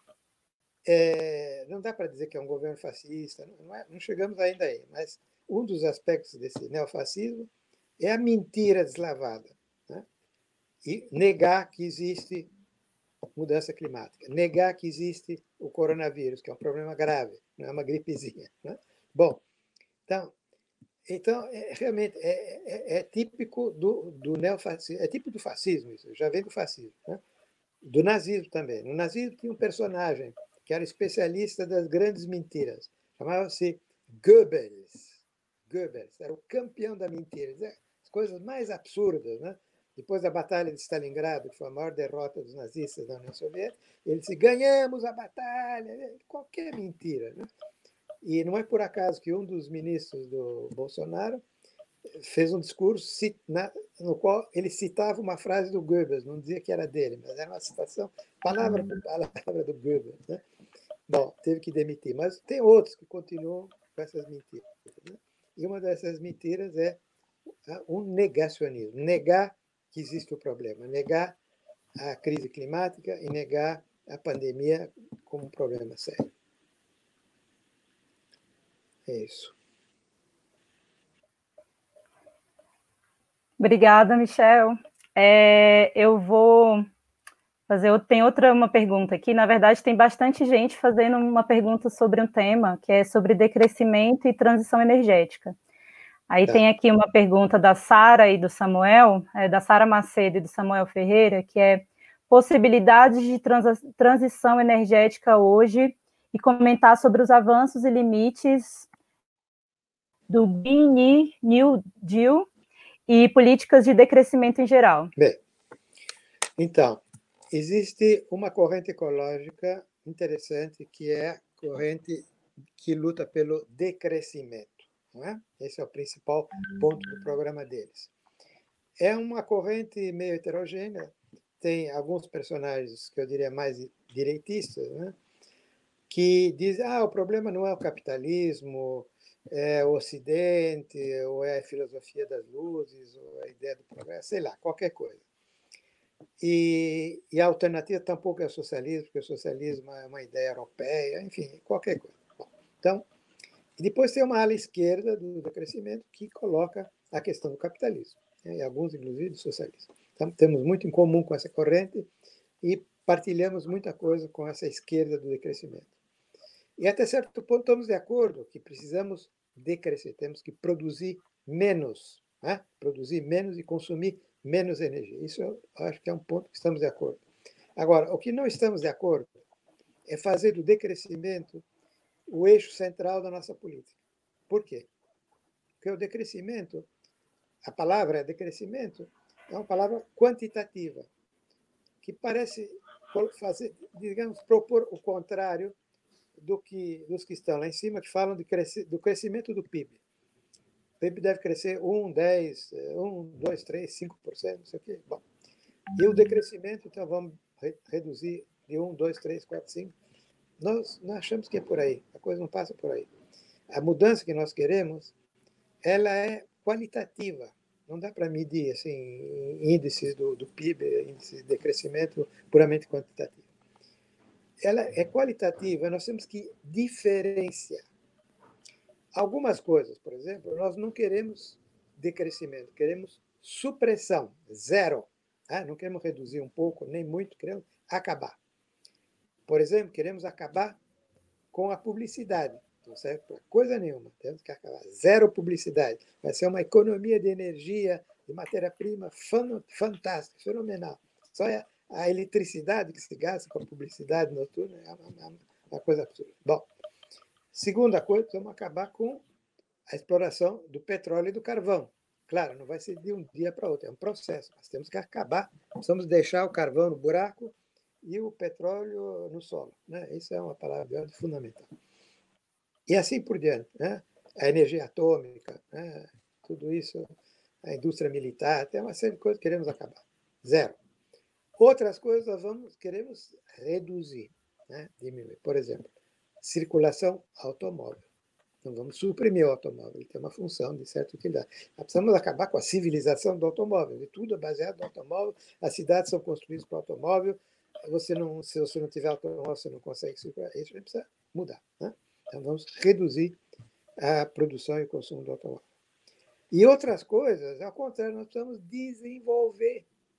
É, não dá para dizer que é um governo fascista, não, é, não chegamos ainda aí, mas um dos aspectos desse neofascismo é a mentira deslavada. Né? e negar que existe mudança climática, negar que existe o coronavírus, que é um problema grave, não é uma gripezinha. Né? Bom, então, então é, realmente é, é, é típico do, do neofascismo, é típico do fascismo isso, já vem do fascismo. Né? Do nazismo também. No nazismo tinha um personagem que era especialista das grandes mentiras, chamava-se Goebbels. Goebbels era o campeão da mentira, as coisas mais absurdas, né? Depois da Batalha de Stalingrado, que foi a maior derrota dos nazistas da União Soviética, ele disse: ganhamos a batalha, qualquer mentira. Né? E não é por acaso que um dos ministros do Bolsonaro fez um discurso no qual ele citava uma frase do Goebbels, não dizia que era dele, mas era uma citação, palavra por palavra, do Goebbels. Né? Bom, teve que demitir, mas tem outros que continuam com essas mentiras. Né? E uma dessas mentiras é um negacionismo, negar que existe o problema, negar a crise climática e negar a pandemia como um problema sério. É isso. Obrigada, Michel. É, eu vou fazer, tem outra uma pergunta aqui. Na verdade, tem bastante gente fazendo uma pergunta sobre um tema que é sobre decrescimento e transição energética. Aí tá. Tem aqui uma pergunta da Sara e do Samuel, é, da Sara Macedo e do Samuel Ferreira, que é possibilidades de trans, transição energética hoje e comentar sobre os avanços e limites do Green New Deal e políticas de decrescimento em geral. Bem, então, existe uma corrente ecológica interessante que é a corrente que luta pelo decrescimento. Não é? Esse é o principal ponto do programa deles. É uma corrente meio heterogênea, tem alguns personagens que eu diria mais direitistas, né? Que dizem ah, o problema não é o capitalismo, é o Ocidente, ou é a filosofia das luzes, ou a ideia do progresso, sei lá, qualquer coisa. E, e a alternativa tampouco é o socialismo, porque o socialismo é uma ideia europeia, enfim, qualquer coisa. Bom, então, e depois tem uma ala esquerda do decrescimento que coloca a questão do capitalismo, né, e alguns, inclusive, do socialismo. Então, temos muito em comum com essa corrente e partilhamos muita coisa com essa esquerda do decrescimento. E até certo ponto estamos de acordo que precisamos decrescer, temos que produzir menos, né? Produzir menos e consumir menos energia. Isso eu acho que é um ponto que estamos de acordo. Agora, o que não estamos de acordo é fazer do decrescimento o eixo central da nossa política. Por quê? Porque o decrescimento, a palavra decrescimento, é uma palavra quantitativa, que parece fazer, digamos, propor o contrário do que, dos que estão lá em cima, que falam de crescer, do crescimento do P I B. O P I B deve crescer um, dez, um, dois, três, cinco por cento, não sei o quê. Bom, e o decrescimento, então, vamos re reduzir de um, dois, três, quatro, cinco. Nós, nós achamos que é por aí, a coisa não passa por aí. A mudança que nós queremos, ela é qualitativa. Não dá para medir assim, índices do, do P I B, índices de crescimento puramente quantitativo. Ela é qualitativa, nós temos que diferenciar. Algumas coisas, por exemplo, nós não queremos decrescimento, queremos supressão, zero. Né? Não queremos reduzir um pouco, nem muito, queremos acabar. Por exemplo, queremos acabar com a publicidade. Não serve para coisa nenhuma, temos que acabar. Zero publicidade. Vai ser uma economia de energia, de matéria-prima fantástica, fenomenal. Só é a eletricidade que se gasta com a publicidade noturna é uma, uma coisa absurda. Bom, segunda coisa, vamos acabar com a exploração do petróleo e do carvão. Claro, não vai ser de um dia para outro, é um processo. Nós temos que acabar, precisamos deixar o carvão no buraco e o petróleo no solo. Né? Isso é uma palavra de ordem fundamental. E assim por diante. Né? A energia atômica, né? Tudo isso, a indústria militar, tem uma série de coisas que queremos acabar. Zero. Outras coisas nós vamos, queremos reduzir, né? Diminuir. Por exemplo, circulação automóvel. Então, vamos suprimir o automóvel, ele tem uma função de certa utilidade. Nós precisamos acabar com a civilização do automóvel, e tudo é baseado no automóvel, as cidades são construídas para o automóvel, você não, se você não tiver automóvel, você não consegue circular, isso a gente precisa mudar. Né? Então, vamos reduzir a produção e o consumo do automóvel. E outras coisas, ao contrário, nós precisamos desenvolver.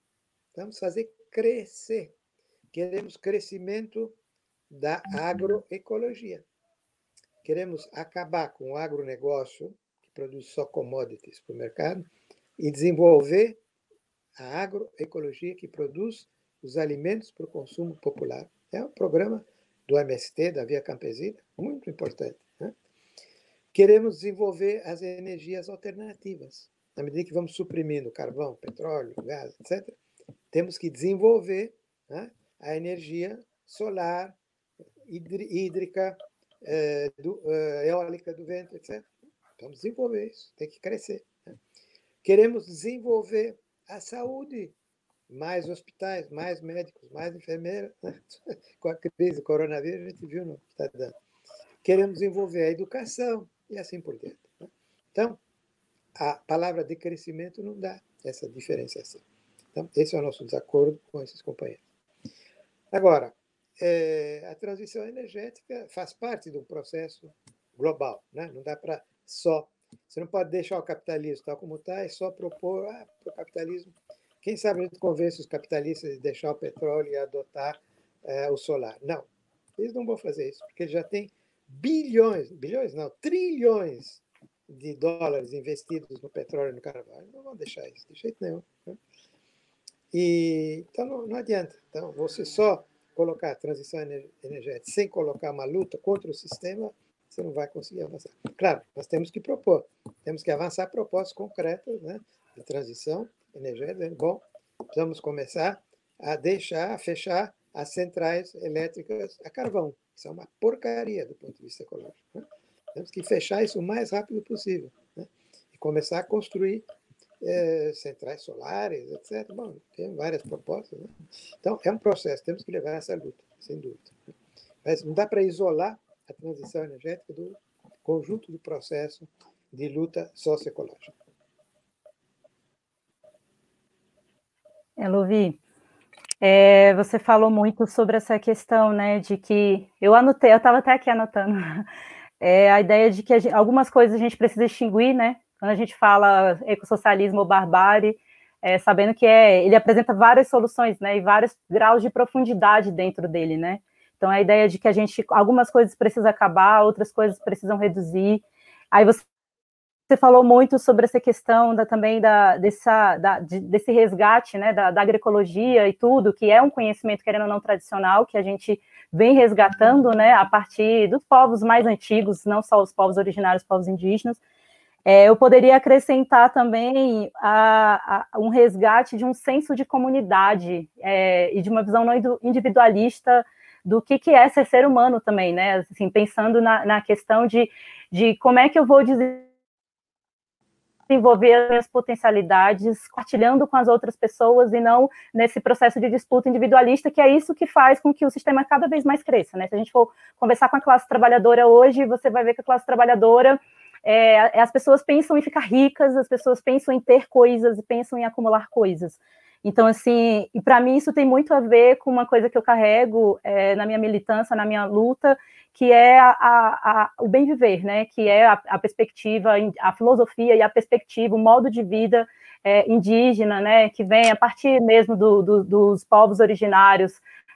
vamos fazer crescer. Queremos crescimento da agroecologia. Queremos acabar com o agronegócio, que produz só commodities para o mercado, e desenvolver a agroecologia, que produz os alimentos para o consumo popular. É um programa do M S T, da Via Campesina, muito importante. Né? Queremos desenvolver as energias alternativas. Na medida que vamos suprimindo carvão, petróleo, gás, etcétera, temos que desenvolver, né, a energia solar, hídrica, é, do, é, eólica do vento, etcétera. Vamos desenvolver isso, tem que crescer. Né? Queremos desenvolver a saúde, mais hospitais, mais médicos, mais enfermeiras. Né? Com a crise do coronavírus, a gente viu no que está dando. Queremos desenvolver a educação e assim por diante. Né? Então, a palavra de crescimento não dá essa diferenciação. Então, esse é o nosso desacordo com esses companheiros. Agora, é, a transição energética faz parte de um processo global. Né? Não dá para só... Você não pode deixar o capitalismo tal como está e só propor ah, para o capitalismo. Quem sabe a gente convence os capitalistas de deixar o petróleo e adotar é, o solar. Não, eles não vão fazer isso, porque eles já têm bilhões, bilhões não, trilhões de dólares investidos no petróleo e no carvão. Eles não vão deixar isso, de jeito nenhum. Né? E, então, não, não adianta. Então, você só colocar a transição energética sem colocar uma luta contra o sistema, você não vai conseguir avançar. Claro, nós temos que propor, temos que avançar propostas concretas, né, de transição energética. Bom, vamos começar a deixar, a fechar as centrais elétricas a carvão. Isso é uma porcaria do ponto de vista ecológico. Né? Temos que fechar isso o mais rápido possível, né? E começar a construir é, centrais solares, etcétera. Bom, tem várias propostas. Né? Então, é um processo, temos que levar essa luta, sem dúvida. Mas não dá para isolar a transição energética do conjunto do processo de luta socioecológica. É, Luvi, é, você falou muito sobre essa questão, né, de que eu anotei, eu estava até aqui anotando, é, a ideia de que a gente, algumas coisas a gente precisa extinguir, né, quando a gente fala ecossocialismo ou barbárie, é, sabendo que é, ele apresenta várias soluções, né, e vários graus de profundidade dentro dele, né. Então a ideia de que a gente, algumas coisas precisam acabar, outras coisas precisam reduzir. Aí você Você falou muito sobre essa questão da, também da, dessa, da, de, desse resgate, né, da, da agroecologia e tudo, que é um conhecimento, querendo ou não, tradicional, que a gente vem resgatando, né, a partir dos povos mais antigos, não só os povos originários, os povos indígenas. É, eu poderia acrescentar também a, a, um resgate de um senso de comunidade é, e de uma visão não individualista do que, que é ser ser humano também, né, assim, pensando na, na questão de, de como é que eu vou dizer desenvolver as minhas potencialidades, compartilhando com as outras pessoas e não nesse processo de disputa individualista, que é isso que faz com que o sistema cada vez mais cresça, né? Se a gente for conversar com a classe trabalhadora hoje, você vai ver que a classe trabalhadora, é, as pessoas pensam em ficar ricas, as pessoas pensam em ter coisas e pensam em acumular coisas. Então, assim, e para mim isso tem muito a ver com uma coisa que eu carrego é, na minha militância, na minha luta, que é a, a, o bem viver, né? Que é a, a perspectiva, a filosofia e a perspectiva, o modo de vida é, indígena, né? Que vem a partir mesmo do, do, dos povos originários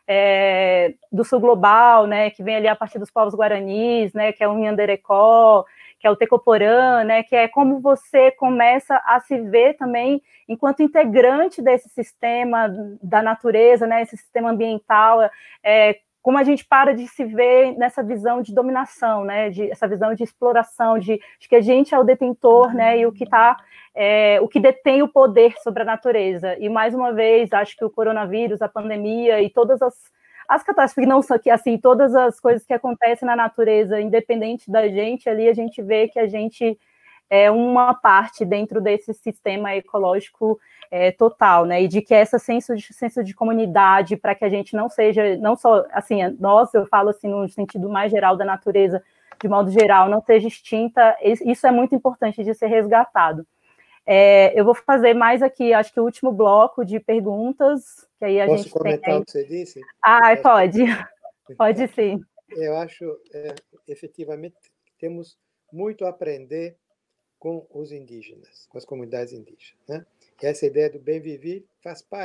é, do sul global, né? Que vem ali a partir dos povos guaranis, né? Que é o Nhanderecó, que é o Tecoporã, né? Que é como você começa a se ver também enquanto integrante desse sistema da natureza, né? Esse sistema ambiental, é, como a gente para de se ver nessa visão de dominação, né, de, essa visão de exploração, de, de que a gente é o detentor, né, e o que tá, é, o que detém o poder sobre a natureza. E mais uma vez, acho que o coronavírus, a pandemia e todas as, as catástrofes, não só que assim, todas as coisas que acontecem na natureza, independente da gente, ali a gente vê que a gente é uma parte dentro desse sistema ecológico é, total, né, e de que essa senso de, senso de comunidade, para que a gente não seja, não só, assim, nós, eu falo assim, no sentido mais geral da natureza, de modo geral, não seja extinta, isso é muito importante de ser resgatado. É, eu vou fazer mais aqui, acho que o último bloco de perguntas, que aí a Posso gente comentar tem aí... o que você disse? Ah, pode, pode sim. Eu acho, é, efetivamente, temos muito a aprender com os indígenas, com as comunidades indígenas. Né? E essa ideia do bem viver faz parte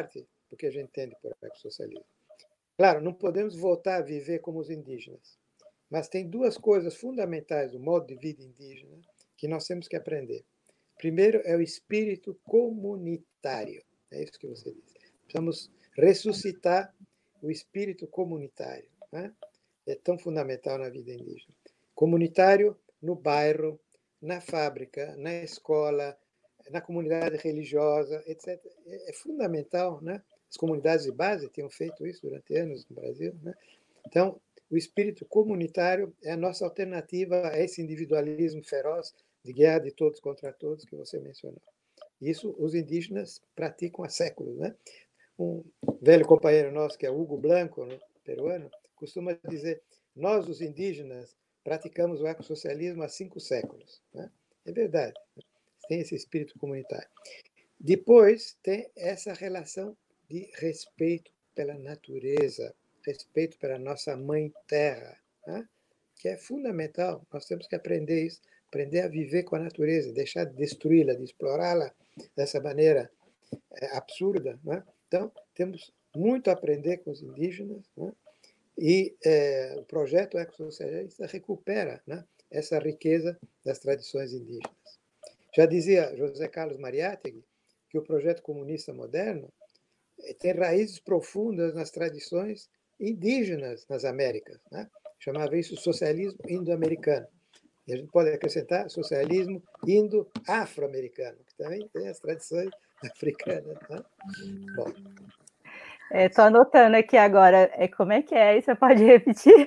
do que a gente entende por ecossocialismo. Claro, não podemos voltar a viver como os indígenas, mas tem duas coisas fundamentais do modo de vida indígena que nós temos que aprender. Primeiro é o espírito comunitário. É isso que você disse. Precisamos ressuscitar o espírito comunitário. Né? É tão fundamental na vida indígena. Comunitário no bairro, na fábrica, na escola, na comunidade religiosa, etcétera. É fundamental, né? As comunidades de base tinham feito isso durante anos no Brasil, né? Então, o espírito comunitário é a nossa alternativa a esse individualismo feroz de guerra de todos contra todos que você mencionou. Isso os indígenas praticam há séculos, né? Um velho companheiro nosso, que é Hugo Blanco, né, peruano, costuma dizer: nós, os indígenas, praticamos o ecossocialismo há cinco séculos. Né? É verdade. Tem esse espírito comunitário. Depois, tem essa relação de respeito pela natureza, respeito pela nossa mãe terra, né? Que é fundamental. Nós temos que aprender isso, aprender a viver com a natureza, deixar de destruí-la, de explorá-la dessa maneira é, absurda. Né? Então, temos muito a aprender com os indígenas, né? E é, o projeto ecossocialista recupera, né, essa riqueza das tradições indígenas. Já dizia José Carlos Mariátegui que o projeto comunista moderno tem raízes profundas nas tradições indígenas nas Américas. Né? Chamava isso socialismo indo-americano. E a gente pode acrescentar socialismo indo-afro-americano, que também tem as tradições africanas. Né? Bom. Estou é, anotando aqui agora. É, como é que é? Você pode repetir?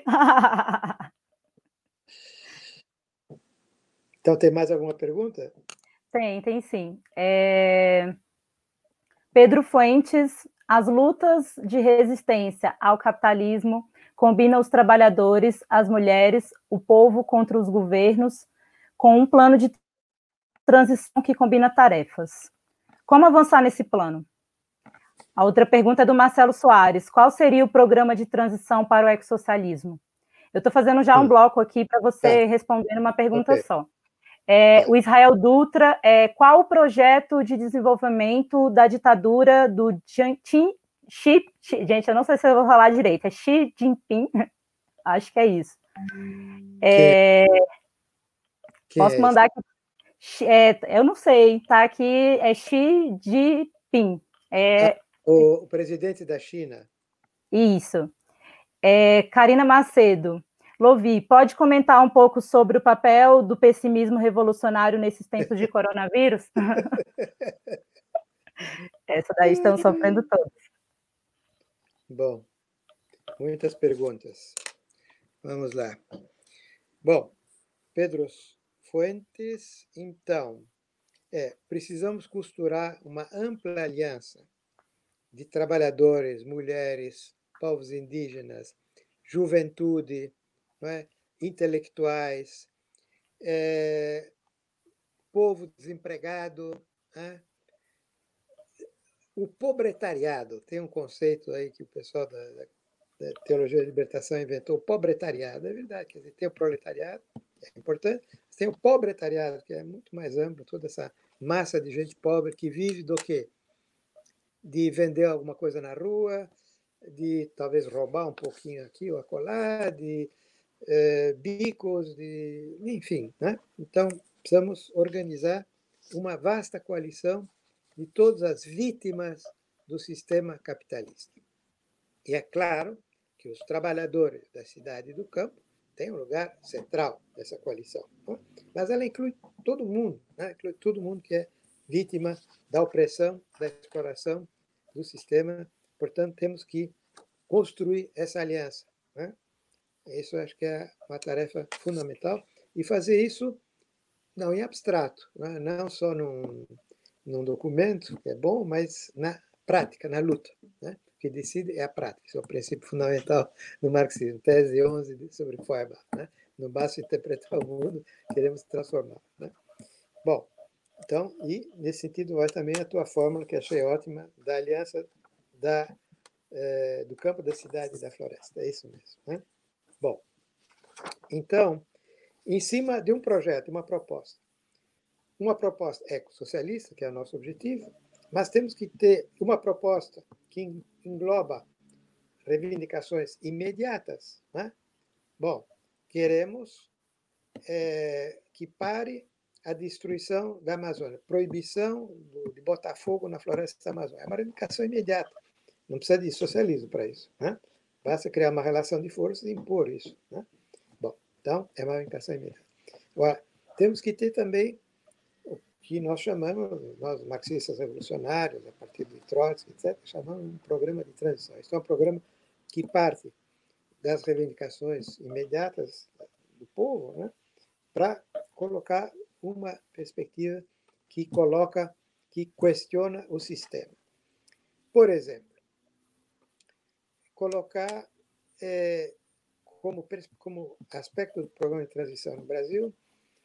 Então, tem mais alguma pergunta? Tem, tem sim. É... Pedro Fuentes, as lutas de resistência ao capitalismo combinam os trabalhadores, as mulheres, o povo contra os governos, com um plano de transição que combina tarefas. Como avançar nesse plano? A outra pergunta é do Marcelo Soares. Qual seria o programa de transição para o ecossocialismo? Eu estou fazendo já um bloco aqui para você tá. responder uma pergunta okay. só. É, tá. O Israel Dutra, é, qual o projeto de desenvolvimento da ditadura do Xi, Xi, gente, eu não sei se eu vou falar direito, é Xi Jinping? Acho que é isso. É, que posso é mandar aqui. É, eu não sei, tá aqui, é Xi Jinping. É, ah, o, o presidente da China. Isso. É, Karina Macedo. Lovi, pode comentar um pouco sobre o papel do pessimismo revolucionário nesses tempos de coronavírus? Essa daí estão sofrendo todos. Bom, muitas perguntas. Vamos lá. Bom, Pedro Fuentes, então, é, precisamos costurar uma ampla aliança de trabalhadores, mulheres, povos indígenas, juventude, não é? Intelectuais, é, povo desempregado, né? O pobretariado. Tem um conceito aí que o pessoal da, da Teologia da Libertação inventou, o pobretariado. É verdade, quer dizer, tem o proletariado, é importante, mas tem o pobretariado, que é muito mais amplo, toda essa massa de gente pobre que vive do quê? De vender alguma coisa na rua, de talvez roubar um pouquinho aqui ou acolá, de eh, bicos, de, enfim. Né? Então, precisamos organizar uma vasta coalição de todas as vítimas do sistema capitalista. E é claro que os trabalhadores da cidade e do campo têm um lugar central nessa coalição. Né? Mas ela inclui todo mundo, né? Inclui todo mundo que é vítima da opressão, da exploração do sistema. Portanto, temos que construir essa aliança. Né? Isso acho que é uma tarefa fundamental. E fazer isso não em abstrato, né? Não só num, num documento, que é bom, mas na prática, na luta. Né? O que decide é a prática. Esse é o princípio fundamental do marxismo. Tese onze sobre Feuerbach. Né? Não basta interpretar o mundo, queremos transformar. Né? Bom, então, e nesse sentido vai também a tua fórmula, que achei ótima, da aliança da, eh, do campo, da cidade e da floresta. É isso mesmo. Né? Bom, então, em cima de um projeto, uma proposta, uma proposta ecossocialista, que é o nosso objetivo, Mas temos que ter uma proposta que engloba reivindicações imediatas. Né? Bom, queremos é, que pare a destruição da Amazônia, proibição de botar fogo na floresta amazônica. É uma reivindicação imediata. Não precisa de socialismo para isso. Né? Basta criar uma relação de forças e impor isso. Né? Bom, então, é uma reivindicação imediata. Agora, temos que ter também o que nós chamamos, nós marxistas revolucionários, a partir de Trotsky, etcétera, chamamos um programa de transição. Isso é um programa que parte das reivindicações imediatas do povo, né, para colocar uma perspectiva que coloca, que questiona o sistema. Por exemplo, colocar é, como, como aspecto do programa de transição no Brasil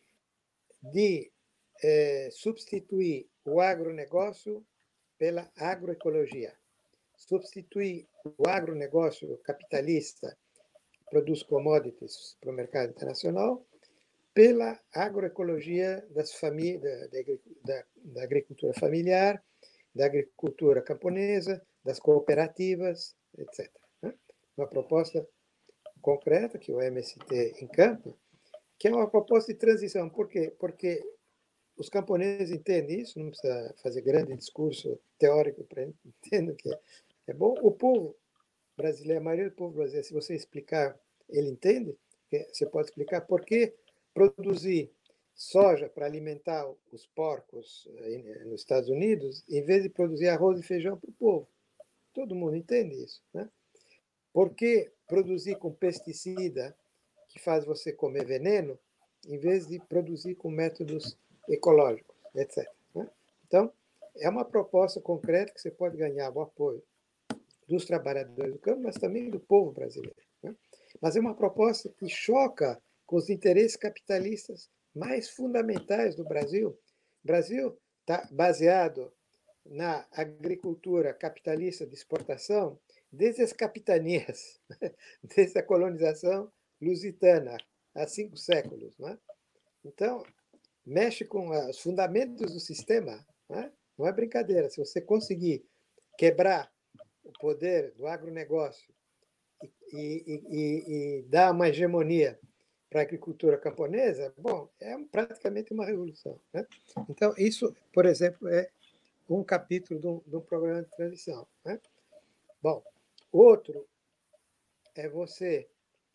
de é, substituir o agronegócio pela agroecologia, substituir o agronegócio capitalista que produz commodities para o mercado internacional pela agroecologia das famílias, da, da, da agricultura familiar, da agricultura camponesa, das cooperativas, etcétera. Uma proposta concreta que o M S T encampa, que é uma proposta de transição. Por quê? Porque os camponeses entendem isso, não precisa fazer grande discurso teórico para entender que é bom. O povo brasileiro, a maioria do povo brasileiro, se você explicar, ele entende. Você pode explicar por que produzir soja para alimentar os porcos nos Estados Unidos, em vez de produzir arroz e feijão para o povo. Todo mundo entende isso. Né? Por que produzir com pesticida que faz você comer veneno, em vez de produzir com métodos ecológicos, etcétera. Né? Então, é uma proposta concreta que você pode ganhar o apoio dos trabalhadores do campo, mas também do povo brasileiro. Né? Mas é uma proposta que choca com os interesses capitalistas mais fundamentais do Brasil. O Brasil está baseado na agricultura capitalista de exportação desde as capitanias, desde a colonização lusitana, há cinco séculos. Né? Então, mexe com os fundamentos do sistema. Né? Não é brincadeira. Se você conseguir quebrar o poder do agronegócio e, e, e, e dar uma hegemonia para a agricultura camponesa, bom, é praticamente uma revolução. Né? Então, isso, por exemplo, é um capítulo de um, de um programa de transição. Né? Bom, outro é você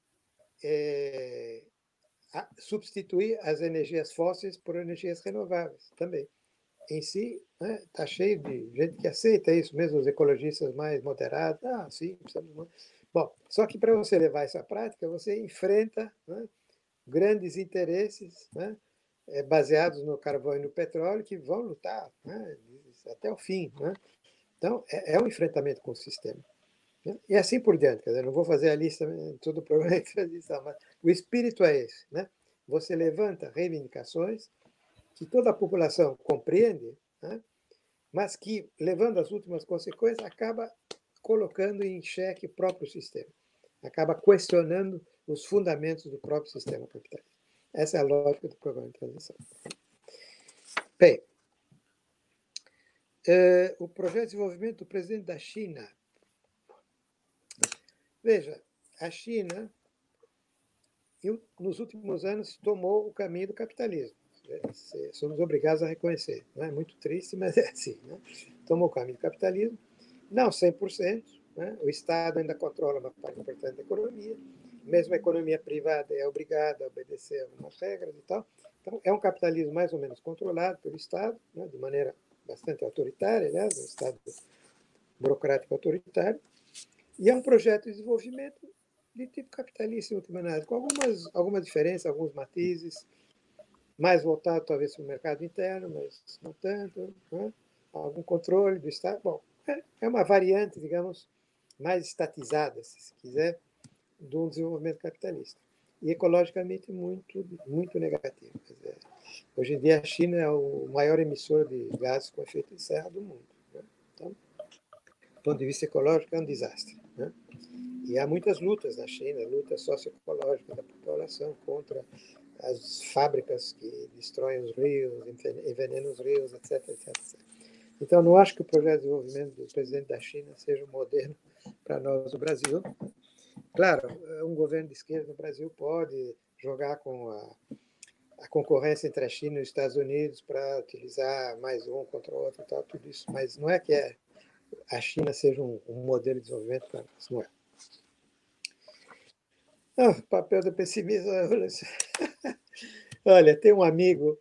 é, substituir as energias fósseis por energias renováveis também. Em si, está né, cheio de gente que aceita isso, mesmo os ecologistas mais moderados. Ah, sim, precisamos. Bom, só que para você levar essa prática, você enfrenta né, grandes interesses né, baseados no carvão e no petróleo que vão lutar né, até o fim. Né? Então, é, é um enfrentamento com o sistema. Né? E assim por diante. Quer dizer, não vou fazer a lista de todo o programa de transição, mas o espírito é esse. Né? Você levanta reivindicações que toda a população compreende, né? Mas que, levando as últimas consequências, acaba colocando em xeque o próprio sistema, acaba questionando os fundamentos do próprio sistema capitalista. Essa é a lógica do programa de transição. Bem, eh, o projeto de desenvolvimento do presidente da China. Veja, a China, nos últimos anos, tomou o caminho do capitalismo. Somos obrigados a reconhecer. Não é muito triste, mas é assim. Né? Tomou o caminho do capitalismo, não cem por cento. Né? O Estado ainda controla uma parte importante da economia. Mesmo a economia privada é obrigada a obedecer a algumas regras e tal. Então, é um capitalismo mais ou menos controlado pelo Estado, né? De maneira bastante autoritária, aliás, um Estado burocrático autoritário. E é um projeto de desenvolvimento de tipo capitalista, em última análise, com algumas, algumas diferenças, alguns matizes, mais voltado talvez para o mercado interno, mas não tanto, né? Algum controle do Estado. Bom, é, é uma variante, digamos, mais estatizada, se quiser, do desenvolvimento capitalista. E ecologicamente muito, muito negativo. Quer dizer, hoje em dia a China é o maior emissor de gases com efeito de serra do mundo. Né? Então, do ponto de vista ecológico, é um desastre. Né? E há muitas lutas na China, luta socioecológica da população contra as fábricas que destroem os rios, envenenam os rios, etc, etcétera. Então, não acho que o projeto de desenvolvimento do presidente da China seja um modelo para nós no Brasil. Claro, um governo de esquerda no Brasil pode jogar com a, a concorrência entre a China e os Estados Unidos para utilizar mais um contra o outro e tal, tudo isso, mas não é que é, a China seja um, um modelo de desenvolvimento para nós, não é. Ah, o papel do pessimismo. Olha, tem um amigo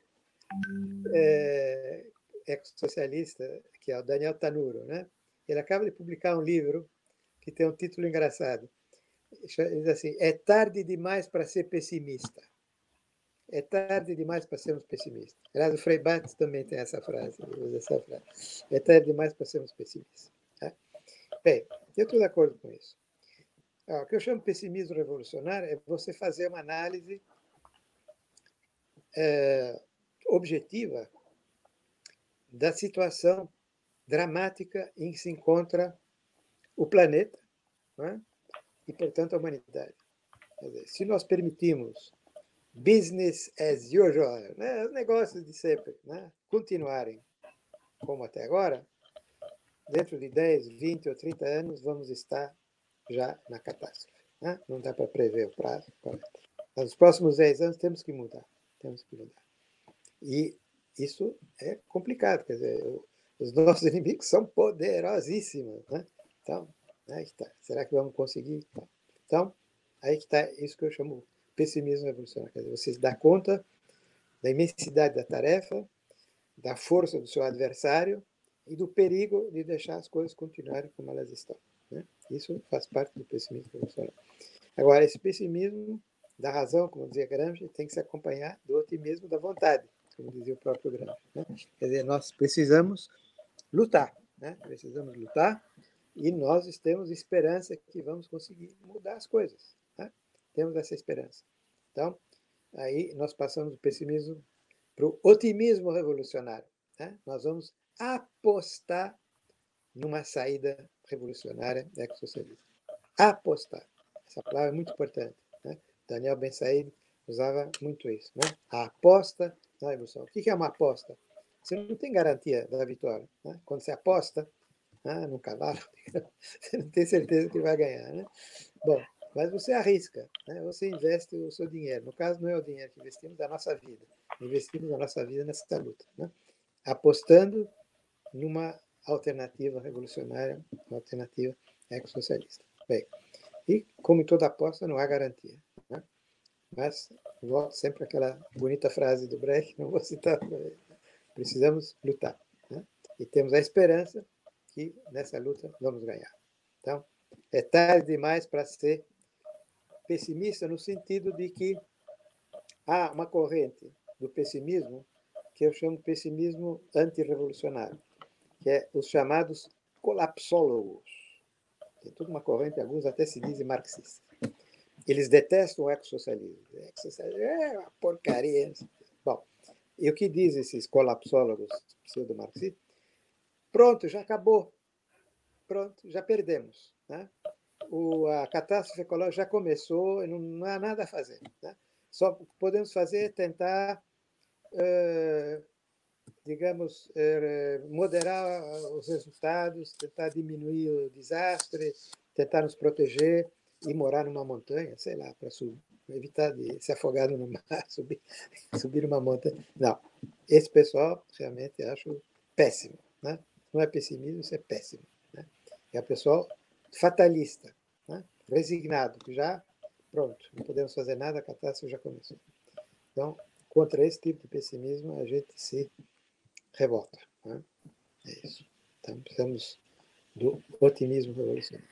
é, ex-socialista, que é o Daniel Tanuro, né? Ele acaba de publicar um livro que tem um título engraçado. Ele diz assim: é tarde demais para ser pessimista. É tarde demais para sermos pessimistas. Aliás, o Frei Batts também tem essa frase, usa essa frase. É tarde demais para sermos pessimistas. Tá? Bem, eu estou de acordo com isso. Ah, o que eu chamo de pessimismo revolucionário é você fazer uma análise é, objetiva da situação dramática em que se encontra o planeta, né? E, portanto, a humanidade. Quer dizer, se nós permitimos business as usual, né, os negócios de sempre, né, continuarem como até agora, dentro de dez, vinte ou trinta anos, vamos estar já na catástrofe. Né? Não dá para prever o prazo. Mas nos próximos dez anos temos que mudar. Temos que mudar. E isso é complicado. Quer dizer, os nossos inimigos são poderosíssimos. Né? Então, aí está. Será que vamos conseguir? Então, aí que está isso que eu chamo pessimismo revolucionário. Quer dizer, você se dá conta da imensidade da tarefa, da força do seu adversário e do perigo de deixar as coisas continuarem como elas estão. Né? Isso faz parte do pessimismo revolucionário. Agora, esse pessimismo da razão, como dizia Gramsci, tem que se acompanhar do otimismo da vontade, como dizia o próprio Gramsci. Né? Quer dizer, nós precisamos lutar, né? Precisamos lutar e nós temos esperança que vamos conseguir mudar as coisas. Né? Temos essa esperança. Então, aí nós passamos do pessimismo para o otimismo revolucionário. Né? Nós vamos apostar numa saída revolucionária ex-socialista. Apostar. Essa palavra é muito importante. Né? Daniel Ben Said usava muito isso. Né? A aposta na revolução. O que é uma aposta? Você não tem garantia da vitória. Né? Quando você aposta ah, no cavalo, você não tem certeza que vai ganhar. Né? Bom, mas você arrisca. Né? Você investe o seu dinheiro. No caso, não é o dinheiro que investimos, é a nossa vida. Investimos a nossa vida nessa luta. Né? Apostando numa alternativa revolucionária, uma alternativa ex-socialista. Bem, e como em toda aposta, não há garantia. Né? Mas volto sempre àquela bonita frase do Brecht, não vou citar, precisamos lutar. Né? E temos a esperança que nessa luta vamos ganhar. Então, é tarde demais para ser pessimista no sentido de que há uma corrente do pessimismo que eu chamo de pessimismo antirrevolucionário, que é os chamados colapsólogos. Tem toda uma corrente, alguns até se dizem marxistas. Eles detestam o ex-socialismo. O ex-socialismo é uma porcaria. Bom, e o que dizem esses colapsólogos pseudo-marxistas? Pronto, já acabou. Pronto, já perdemos. Né? O, a catástrofe ecológica já começou e não, não há nada a fazer. Né? Só o que podemos fazer é tentar, uh, digamos, uh, moderar os resultados, tentar diminuir o desastre, tentar nos proteger e morar numa montanha, sei lá, para evitar de se afogar no mar, subir, subir uma montanha. Não, esse pessoal realmente acho péssimo. Né? Não é pessimismo, isso é péssimo. Né? É o pessoal fatalista, né? Resignado, que já, pronto, não podemos fazer nada, a catástrofe já começou. Então, contra esse tipo de pessimismo, a gente se revolta. Né? É isso. Então, precisamos do otimismo revolucionário.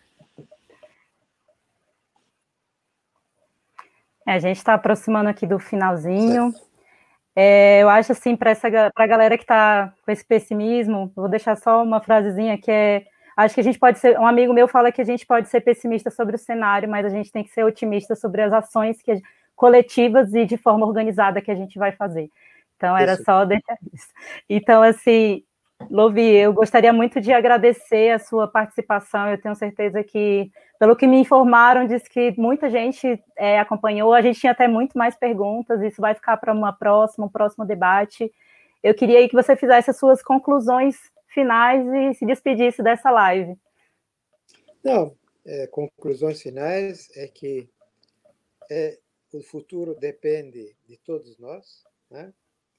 É, a gente está aproximando aqui do finalzinho. É, eu acho assim, para a galera que está com esse pessimismo, vou deixar só uma frasezinha que é, acho que a gente pode ser, um amigo meu fala que a gente pode ser pessimista sobre o cenário, mas a gente tem que ser otimista sobre as ações que, coletivas e de forma organizada que a gente vai fazer. Então, era isso. Só deixar isso. Então, assim, Lovi, eu gostaria muito de agradecer a sua participação, eu tenho certeza que, pelo que me informaram, diz que muita gente é, acompanhou, a gente tinha até muito mais perguntas, isso vai ficar para uma próxima, um próximo debate. Eu queria aí que você fizesse as suas conclusões finais e se despedisse dessa live. Não, é, conclusões finais é que é, o futuro depende de todos nós, né?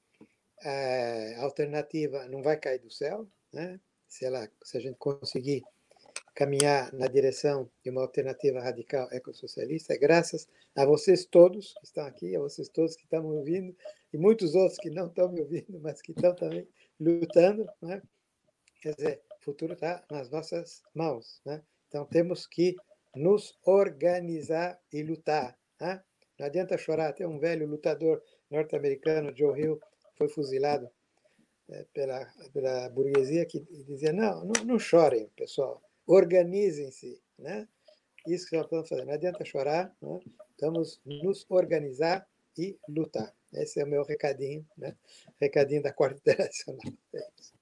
A alternativa não vai cair do céu, né? Se, ela, se a gente conseguir caminhar na direção de uma alternativa radical ecossocialista, é graças a vocês todos que estão aqui, a vocês todos que estão me ouvindo, e muitos outros que não estão me ouvindo, mas que estão também lutando, né? Quer dizer, o futuro está nas nossas mãos, né? Então temos que nos organizar e lutar, né? Não adianta chorar. Tem um velho lutador norte-americano, Joe Hill, foi fuzilado é, pela, pela burguesia, que dizia, não, não, não chorem, pessoal, organizem-se, né? Isso que nós estamos fazendo. Não adianta chorar, né? Vamos nos organizar e lutar. Esse é o meu recadinho, né? Recadinho da Quarta Internacional. É isso.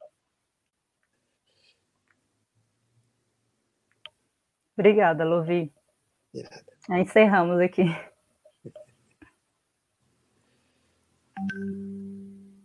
Obrigada, Lovi. De nada. Encerramos aqui.